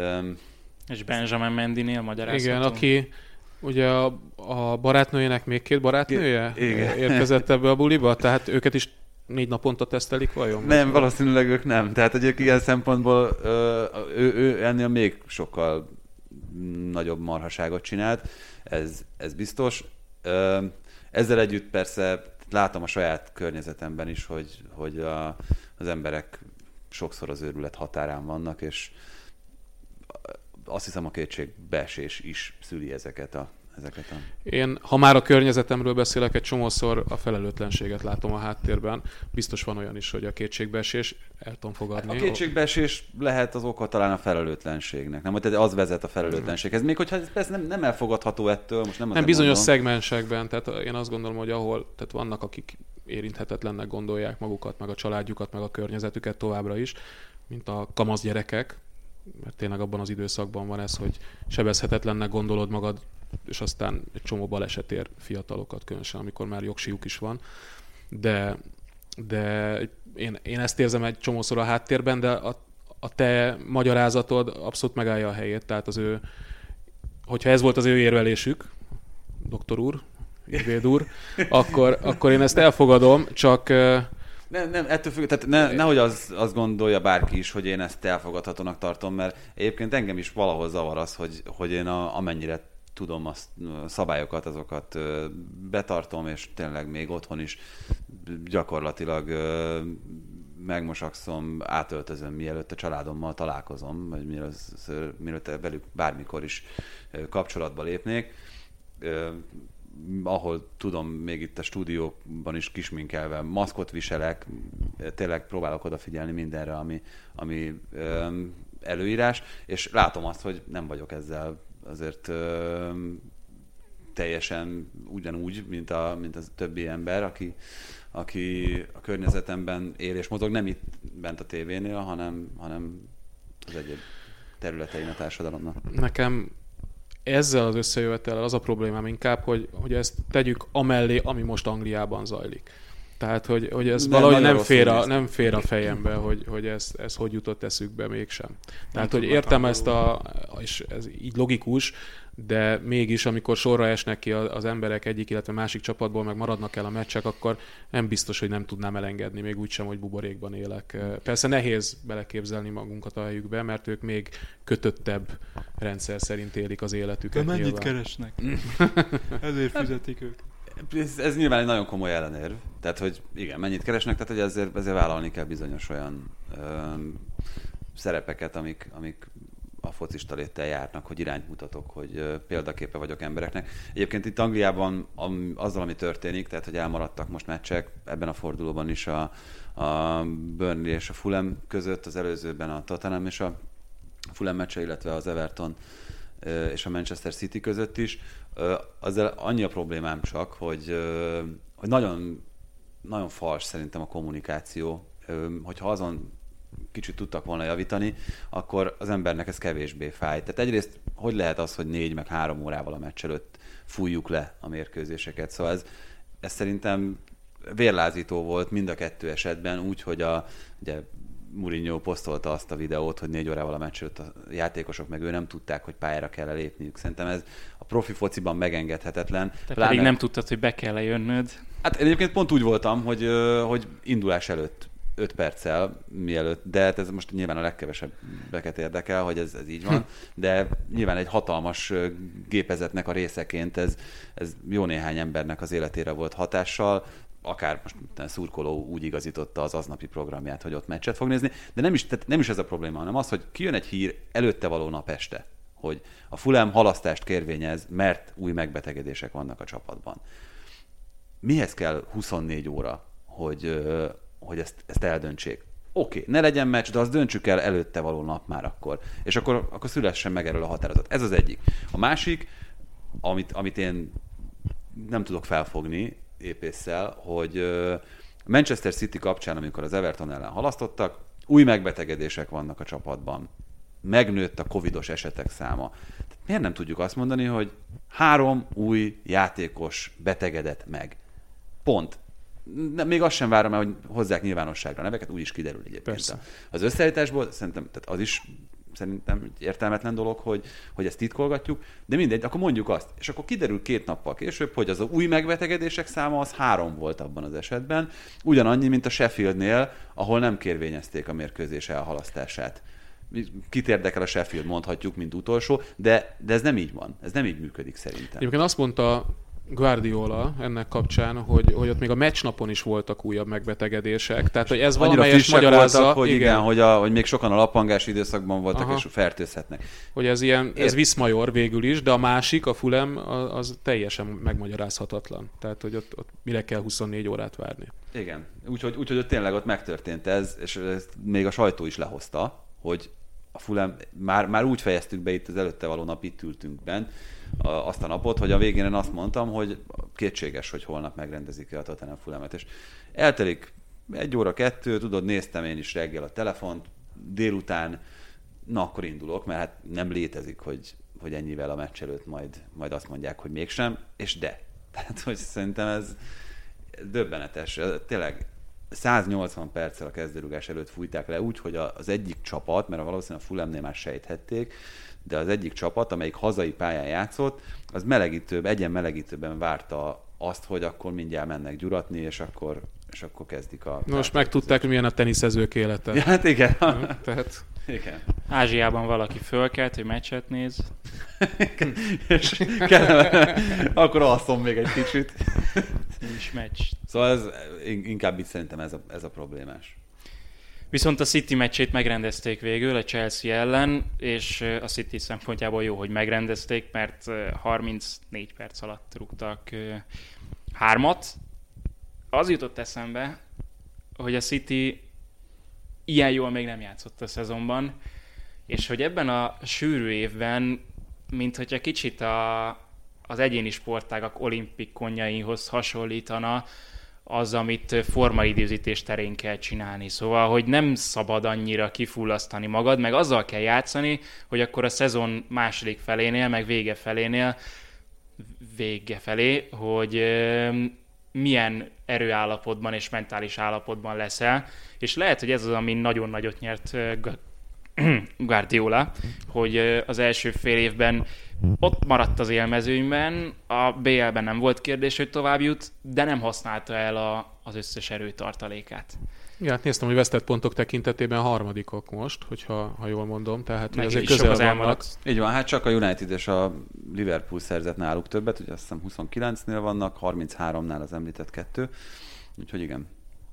És Benjamin Mendynél magyarázható. Igen, aki ugye a barátnőjének még 2 barátnője érkezett ebbe a buliba, tehát őket is 4 naponta tesztelik vajon? Nem, valószínűleg ők nem. Tehát egyébként ilyen szempontból ő ennél még sokkal nagyobb marhaságot csinált, ez biztos. Ezzel együtt persze látom a saját környezetemben is, hogy az emberek sokszor az őrület határán vannak, és azt hiszem a kétségbeesés is szüli ezeket a... Én, ha már a környezetemről beszélek, egy csomószor a felelőtlenséget látom a háttérben. Biztos van olyan is, hogy a kétségbeesés, el tudom fogadni. A kétségbeesés lehet az oka talán a felelőtlenségnek, nem? Tehát az vezet a felelőtlenséghez. Még hogyha ez nem elfogadható ettől, most nem bizonyos szegmensekben, tehát én azt gondolom, hogy tehát vannak, akik érinthetetlennek gondolják magukat, meg a családjukat, meg a környezetüket továbbra is, mint a kamasz gyerekek, mert tényleg abban az időszakban van ez, hogy sebezhetetlennek gondolod magad, és aztán egy csomó baleset ér fiatalokat, különösen amikor már jogsíjuk is van. De én ezt érzem egy csomószor a háttérben, de a te magyarázatod abszolút megállja a helyét, tehát hogyha ez volt az ő érvelésük, doktor úr, ügyvéd úr, akkor én ezt elfogadom, csak... Nem, ettől függ, tehát nehogy azt gondolja bárki is, hogy én ezt elfogadhatónak tartom, mert egyébként engem is valahol zavar az, hogy én amennyire tudom a szabályokat, azokat betartom, és tényleg még otthon is gyakorlatilag megmosakszom, átöltözöm, mielőtt a családommal találkozom, vagy mielőtt velük bármikor is kapcsolatba lépnék. Ahol tudom, még itt a stúdióban is kisminkelve maszkot viselek, tényleg próbálok odafigyelni mindenre, ami előírás, és látom azt, hogy nem vagyok ezzel azért teljesen ugyanúgy, mint a többi ember, aki a környezetemben él és mozog, nem itt bent a tévénél, hanem az egyéb területein a társadalomnak. Nekem ezzel az összejövetellel az a problémám inkább, hogy ezt tegyük amellé, ami most Angliában zajlik. Tehát, hogy ez valahogy nem fér a fejembe, hogy ez hogy jutott eszükbe mégsem. Tehát, hogy értem ezt és ez így logikus, de mégis, amikor sorra esnek ki az emberek egyik, illetve másik csapatból, meg maradnak el a meccsek, akkor nem biztos, hogy nem tudnám elengedni, még úgysem, hogy buborékban élek. Persze nehéz beleképzelni magunkat a helyükbe, mert ők még kötöttebb rendszer szerint élik az életüket. De mennyit keresnek? Ezért fizetik ők. Ez nyilván egy nagyon komoly ellenérv. Tehát, hogy igen, mennyit keresnek, tehát hogy ezért vállalni kell bizonyos olyan szerepeket, amik a focista léttel járnak, hogy irányt mutatok, hogy példaképe vagyok embereknek. Egyébként itt Angliában azzal, ami történik, tehát hogy elmaradtak most meccsek, ebben a fordulóban is a Burnley és a Fulham között, az előzőben a Tottenham és a Fulham meccse, illetve az Everton és a Manchester City között is. Azzal annyi a problémám csak, hogy nagyon, nagyon fals szerintem a kommunikáció. Hogyha azon kicsit tudtak volna javítani, akkor az embernek ez kevésbé fáj. Tehát egyrészt, hogy lehet az, hogy 4 meg 3 órával a meccs előtt fújjuk le a mérkőzéseket. Szóval ez szerintem vérlázító volt mind a kettő esetben, úgy, hogy ugye Mourinho posztolta azt a videót, hogy 4 órával a meccs előtt a játékosok meg ő nem tudták, hogy pályára kell lépniük. Szerintem ez a profi fociban megengedhetetlen. Te pedig nem tudtad, hogy be kell jönnöd. Hát egyébként pont úgy voltam, hogy indulás előtt 5 perccel mielőtt, de hát ez most nyilván a legkevesebbeket érdekel, hogy ez így van, de nyilván egy hatalmas gépezetnek a részeként ez jó néhány embernek az életére volt hatással, akár most szurkoló úgy igazította az aznapi programját, hogy ott meccset fog nézni, de nem is ez a probléma, hanem az, hogy kijön egy hír előtte való nap este, hogy a Fulham halasztást kérvényez, mert új megbetegedések vannak a csapatban. Mihez kell 24 óra, hogy ezt eldöntsék? Oké, ne legyen meccs, de azt döntsük el előtte való nap már akkor. És akkor szülessen meg erről a határozat. Ez az egyik. A másik, amit én nem tudok felfogni épésszel, hogy Manchester City kapcsán, amikor az Everton ellen halasztottak, új megbetegedések vannak a csapatban. Megnőtt a covidos esetek száma. Tehát miért nem tudjuk azt mondani, hogy 3 új játékos betegedett meg? Pont. Még azt sem várom el, hogy hozzák nyilvánosságra a neveket, úgy is kiderül egyébként. Persze. Az összeállításból szerintem, tehát az is szerintem értelmetlen dolog, hogy ezt titkolgatjuk, de mindegy, akkor mondjuk azt. És akkor kiderül 2 nappal később, hogy az új megbetegedések száma az 3 volt abban az esetben, ugyanannyi, mint a Sheffieldnél, ahol nem kérvényezték a mérkőzés elhalasztását. Kit érdekel a Sheffield, mondhatjuk, mint utolsó, de ez nem így van. Ez nem így működik szerintem. Egyébként azt mondta Guardiola ennek kapcsán, hogy ott még a meccsnapon is voltak újabb megbetegedések. Tehát, hogy ez valamelyest magyarázza... Voltak, hogy igen, hogy még sokan a lappangási időszakban voltak, aha, és fertőzhetnek. Hogy ez viszmajor végül is, de a másik, a Fulham, az teljesen megmagyarázhatatlan. Tehát, hogy ott mire kell 24 órát várni. Igen. Úgyhogy tényleg ott megtörtént ez, és ezt még a sajtó is lehozta, hogy a Fulham, már úgy fejeztük be itt az előtte való nap, itt ültünk bent, azt a napot, hogy a végén én azt mondtam, hogy kétséges, hogy holnap megrendezik-e a Tottenham Fulhamet. És eltelik 1 óra, 2, tudod, néztem én is reggel a telefont, délután, na akkor indulok, mert hát nem létezik, hogy ennyivel a meccs előtt majd azt mondják, hogy mégsem, és de. Tehát, hogy szerintem ez döbbenetes. Tényleg 180 perccel a kezdőrugás előtt fújták le úgy, hogy az egyik csapat, mert valószínűleg a Fulhamnél már sejthették, de az egyik csapat, amelyik hazai pályán játszott, az egyen melegítőben várta azt, hogy akkor mindjárt mennek gyuratni, és akkor kezdik a... Most megtudták, hogy milyen a teniszezők élete. Ja, hát igen. Tehát... Igen. Ázsiában valaki fölkelt, hogy meccset néz. És akkor alszom még egy kicsit. Nincs meccs. Szóval ez, inkább itt szerintem ez a problémás. Viszont a City meccsét megrendezték végül a Chelsea ellen, és a City szempontjából jó, hogy megrendezték, mert 34 perc alatt rúgtak 3-at. Az jutott eszembe, hogy a City ilyen jól még nem játszott a szezonban, és hogy ebben a sűrű évben, mint hogyha kicsit az egyéni sportágak olimpikonjaihoz hasonlítana az, amit formaidőzítés terén kell csinálni. Szóval, hogy nem szabad annyira kifullasztani magad, meg azzal kell játszani, hogy akkor a szezon második felénél, meg vége felé, hogy milyen erőállapotban és mentális állapotban leszel, és lehet, hogy ez az, ami nagyon nagyot nyert Guardiola, hogy az első fél évben ott maradt az élmezőnyben, a BL-ben nem volt kérdés, hogy tovább jut, de nem használta el az összes erőtartalékát. Ja, hát néztem, hogy vesztett pontok tekintetében harmadikok most, ha jól mondom, tehát meg ezek sok közel az vannak. elmaradt. Így van, hát csak a United és a Liverpool szerzett náluk többet, ugye azt hiszem 29-nél vannak, 33-nál az említett 2, úgyhogy igen.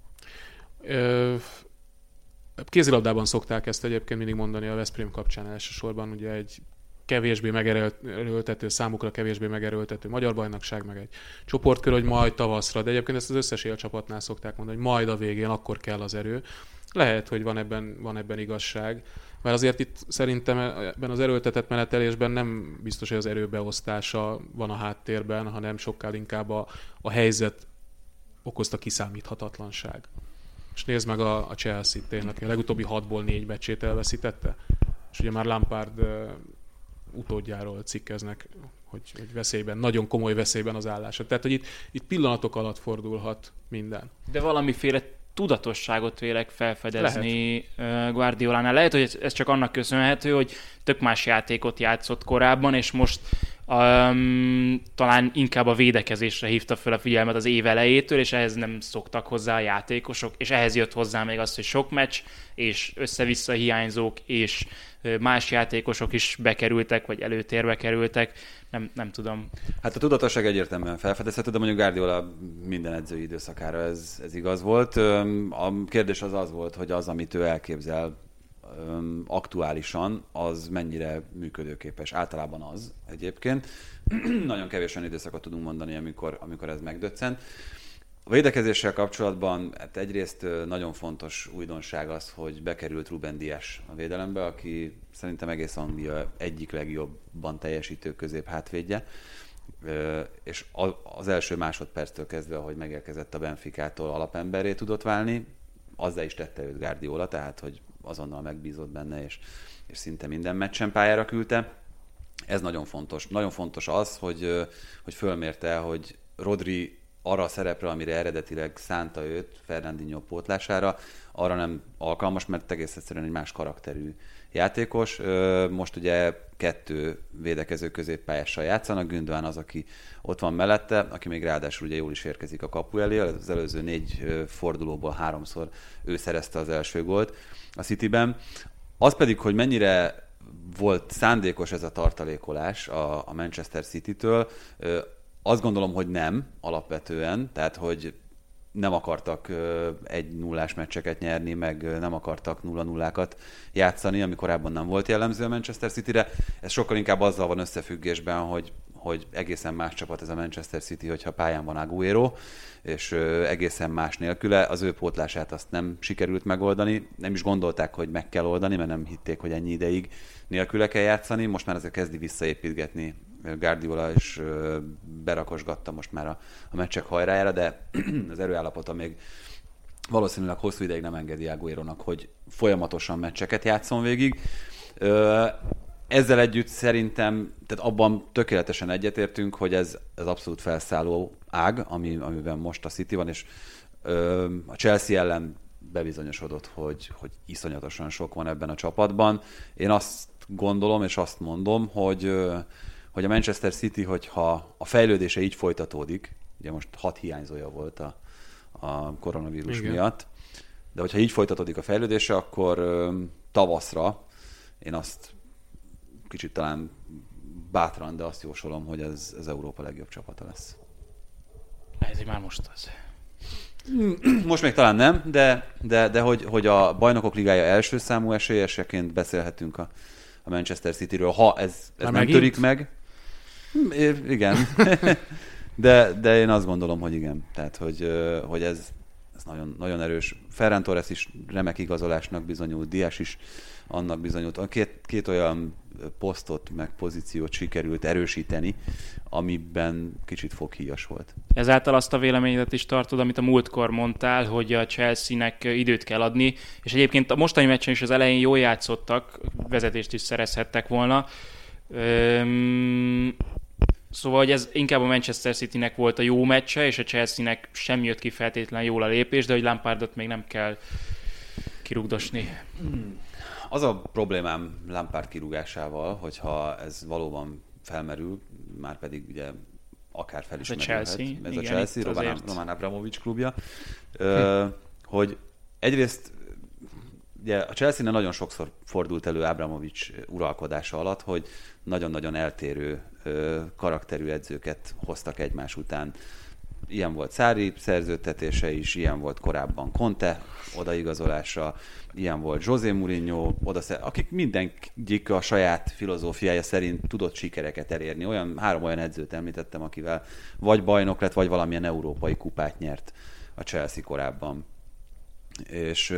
Kézilabdában szokták ezt egyébként mindig mondani a Veszprém kapcsán elsősorban, ugye egy kevésbé megerőltető, számukra kevésbé megerőltető magyar bajnokság, meg egy csoportkör, hogy majd tavaszra, de egyébként ezt az összes élcsapatnál szokták mondani, hogy majd a végén akkor kell az erő. Lehet, hogy van ebben igazság, mert azért itt szerintem ebben az erőltetett menetelésben nem biztos, hogy az erőbeosztása van a háttérben, hanem sokkal inkább a helyzet okozta kiszámíthatatlanság. És nézd meg a Chelsea-t tényleg, a legutóbbi 6-ból 4 meccsét elveszítette, és ugye már Lampard utódjáról cikkeznek, hogy veszélyben, nagyon komoly veszélyben az állása. Tehát, hogy itt pillanatok alatt fordulhat minden. De valamiféle tudatosságot vélek felfedezni Guardiolánál. Lehet, hogy ez csak annak köszönhető, hogy tök más játékot játszott korábban, és most talán inkább a védekezésre hívta fel a figyelmet az év elejétől, és ehhez nem szoktak hozzá a játékosok, és ehhez jött hozzá még az, hogy sok meccs, és össze-vissza hiányzók, és más játékosok is bekerültek, vagy előtérbe kerültek, nem tudom. Hát a tudatosság egyértelműen felfedezhető, de mondjuk Guardiola minden edzői időszakára ez igaz volt. A kérdés az volt, hogy az, amit ő elképzel aktuálisan, az mennyire működőképes. Általában az egyébként. Nagyon kevés olyan időszakot tudunk mondani, amikor ez megdöccent. A védekezéssel kapcsolatban hát egyrészt nagyon fontos újdonság az, hogy bekerült Ruben Dias a védelembe, aki szerintem egész Anglia egyik legjobban teljesítő középhátvédje, és az első másodperctől kezdve, ahogy megérkezett a Benficától, alapemberré tudott válni, azzal is tette őt Guardiola, tehát hogy azonnal megbízott benne, és szinte minden meccsen pályára küldte. Ez nagyon fontos. Nagyon fontos az, hogy fölmérte, hogy Rodri arra a szerepre, amire eredetileg szánta őt, Fernandinho pótlására, arra nem alkalmas, mert egész egyszerűen egy más karakterű játékos. Most ugye 2 védekező középpályással játszanak, Gündogan az, aki ott van mellette, aki még ráadásul ugye jól is érkezik a kapu elé, az előző 4 fordulóból 3-szor ő szerezte az első gólt a Cityben. Az pedig, hogy mennyire volt szándékos ez a tartalékolás a Manchester City-től, azt gondolom, hogy nem alapvetően, tehát hogy nem akartak 1-0-ás meccseket nyerni, meg nem akartak 0-0-ákat játszani, ami korábban nem volt jellemző a Manchester Cityre. Ez sokkal inkább azzal van összefüggésben, hogy egészen más csapat ez a Manchester City, hogyha pályán van Agüero, és egészen más nélküle. Az ő pótlását azt nem sikerült megoldani. Nem is gondolták, hogy meg kell oldani, mert nem hitték, hogy ennyi ideig nélküle kell játszani. Most már azért kezdi visszaépítgetni Guardiola, és berakosgatta most már a meccsek hajrájára, de az erőállapota még valószínűleg hosszú ideig nem engedi Agüerónak, hogy folyamatosan meccseket játszon végig. Ezzel együtt szerintem, tehát abban tökéletesen egyetértünk, hogy ez abszolút felszálló ág, amiben most a City van, és a Chelsea ellen bebizonyosodott, hogy iszonyatosan sok van ebben a csapatban. Én azt gondolom, és azt mondom, hogy a Manchester City, hogyha a fejlődése így folytatódik, ugye most 6 hiányzója volt a koronavírus Igen. miatt, de hogyha így folytatódik a fejlődése, akkor tavaszra én azt kicsit talán bátran, de azt jósolom, hogy ez Európa legjobb csapata lesz. Ez már most az. Most még talán nem, de hogy a Bajnokok Ligája első számú esélyeseként beszélhetünk a Manchester Cityről, ha ez nem megint? törik meg. Igen. De én azt gondolom, hogy igen. Tehát, hogy ez nagyon, nagyon erős. Ferran Torres is remek igazolásnak bizonyult, Dias is annak bizonyult. Két olyan posztot meg pozíciót sikerült erősíteni, amiben kicsit foghíjas volt. Ezáltal azt a véleményedet is tartod, amit a múltkor mondtál, hogy a Chelsea-nek időt kell adni, és egyébként a mostani meccsen is az elején jól játszottak, vezetést is szerezhettek volna. Szóval, hogy ez inkább a Manchester Citynek volt a jó meccse, és a Chelsea-nek sem jött ki feltétlenül jól a lépés, de hogy Lampardot még nem kell kirugdosni. Az a problémám Lampard kirúgásával, hogyha ez valóban felmerül, már pedig ugye akár fel is merülhet. Ez a Chelsea, Roman Abramovich klubja, hogy egyrészt ugye a Chelsea-nél nagyon sokszor fordult elő Abramovich uralkodása alatt, hogy nagyon-nagyon eltérő karakterű edzőket hoztak egymás után. Ilyen volt Sarri szerződtetése is, ilyen volt korábban Conte odaigazolása, ilyen volt José Mourinho, akik mindenki a saját filozófiája szerint tudott sikereket elérni. 3 olyan edzőt említettem, akivel vagy bajnok lett, vagy valamilyen európai kupát nyert a Chelsea korábban. És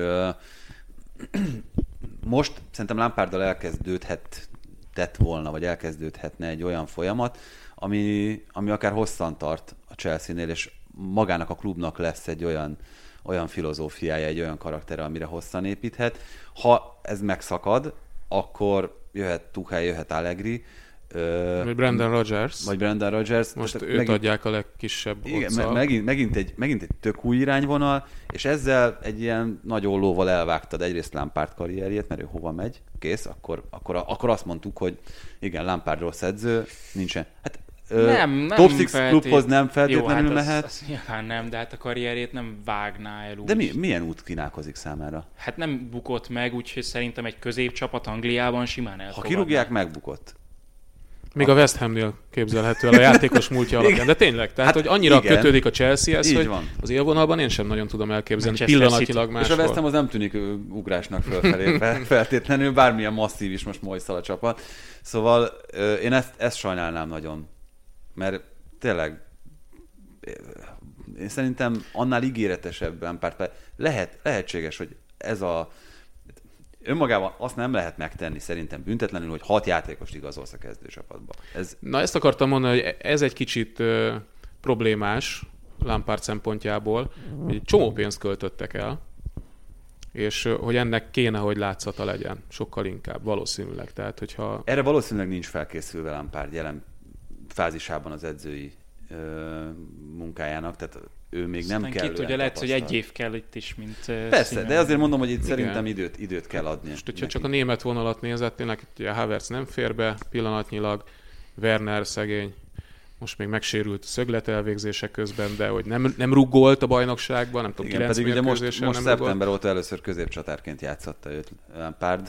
most szerintem Lamparddal elkezdődhetett volna, vagy elkezdődhetne egy olyan folyamat, ami akár hosszan tart a Chelsea-nél, és magának a klubnak lesz egy olyan filozófiája, egy olyan karaktere, amire hosszan építhet. Ha ez megszakad, akkor jöhet Tuchel, jöhet Allegri. Vagy Brendan Rodgers. Most őt adják a legkisebb otthal. Megint egy tök új irányvonal, és ezzel egy ilyen nagy ollóval elvágtad egyrészt Lampard karrierjét, mert ő hova megy, kész, akkor azt mondtuk, hogy igen, Lampard rossz edző, nincsen. Hát nem top 6 klubhoz nem feltétlenül jó, hát mehet. Az nyilván nem, de hát a karrierjét nem vágná el úgy. De milyen út kínálkozik számára? Hát nem bukott meg, úgyhogy szerintem egy középcsapat Angliában simán elfogadná. Ha kirúgják, megbukott. Még a West Hamnél képzelhető el a játékos múltja alapján. De tényleg, tehát hogy annyira kötődik a Chelsea-hez, hogy van. Az élvonalban én sem nagyon tudom elképzelni. Manchester Pillanatilag máshol. És a West Ham az nem tűnik ugrásnak fölfelé feltétlenül, bármilyen masszív is most Moyes-szal a csapat. Szóval én ezt sajnálnám nagyon. Mert tényleg én szerintem annál ígéretesebben lehetséges, hogy ez a önmagában azt nem lehet megtenni szerintem büntetlenül, hogy 6 játékost igazolsz a kezdőcsapatba. Na ezt akartam mondani, hogy ez egy kicsit problémás Lampard szempontjából, hogy egy csomó pénzt költöttek el, és hogy ennek kéne, hogy látszata legyen, sokkal inkább, valószínűleg. Tehát, hogyha... Erre valószínűleg nincs felkészülve Lampard jelen fázisában az edzői munkájának, tehát ő még nem kell. Ugye lehet, hogy egy év kell itt is, mint persze, színen. de azért mondom, hogy itt szerintem időt kell adni. Most, hogyha csak a német vonalat nézettének, ugye Havertz nem fér be pillanatnyilag, Werner szegény, most még megsérült szögletelvégzése közben, de hogy nem ruggolt a bajnokságban, nem tudom, 9 pedig ugye most nem szeptember óta először középcsatárként játszotta őt Lampard.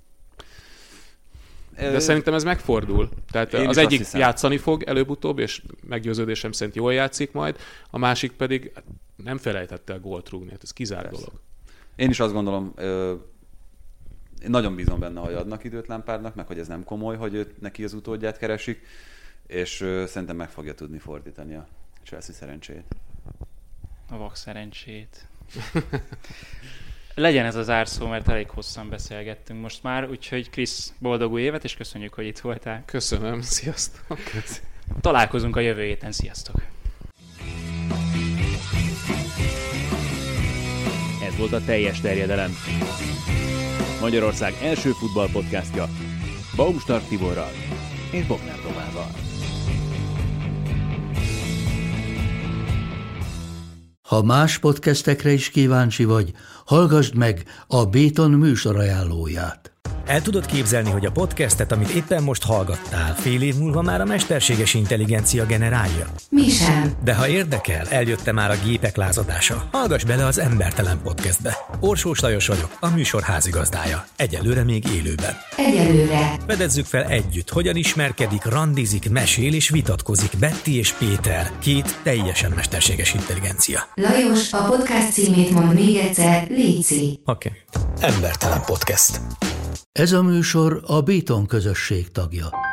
De szerintem ez megfordul. Tehát az egyik játszani fog előbb-utóbb, és meggyőződésem szerint jól játszik majd, a másik pedig nem felejtette a gólt rúgni, hát ez kizárt dolog. Én is azt gondolom, én nagyon bízom benne, hogy adnak időt Lampardnak, meg hogy ez nem komoly, hogy neki az utódját keresik, és szerintem meg fogja tudni fordítani a Chelsea szerencsét. A vak szerencsét. Legyen ez az zárszó, mert elég hosszan beszélgettünk most már, úgyhogy Krisz, boldog új évet, és köszönjük, hogy itt voltál. Köszönöm, sziasztok! Találkozunk a jövő héten, sziasztok! Ez volt a Teljes Terjedelem. Magyarország első futballpodcastja Baumstark Tiborral és Bognár Domával. Ha más podcastekre is kíváncsi vagy, hallgassd meg a Béton műsor ajánlóját. El tudod képzelni, hogy a podcastet, amit éppen most hallgattál, fél év múlva már a mesterséges intelligencia generálja? Mi sem. De ha érdekel, eljött már a gépek lázadása. Hallgass bele az Embertelen Podcastbe. Orsós Lajos vagyok, a műsor házigazdája. Egyelőre még élőben. Egyelőre. Fedezzük fel együtt, hogyan ismerkedik, randizik, mesél és vitatkozik Betty és Péter, két teljesen mesterséges intelligencia. Lajos, a podcast címét mond még egyszer, léci. Oké. Embertelen Podcast. Ez a műsor a Béton közösség tagja.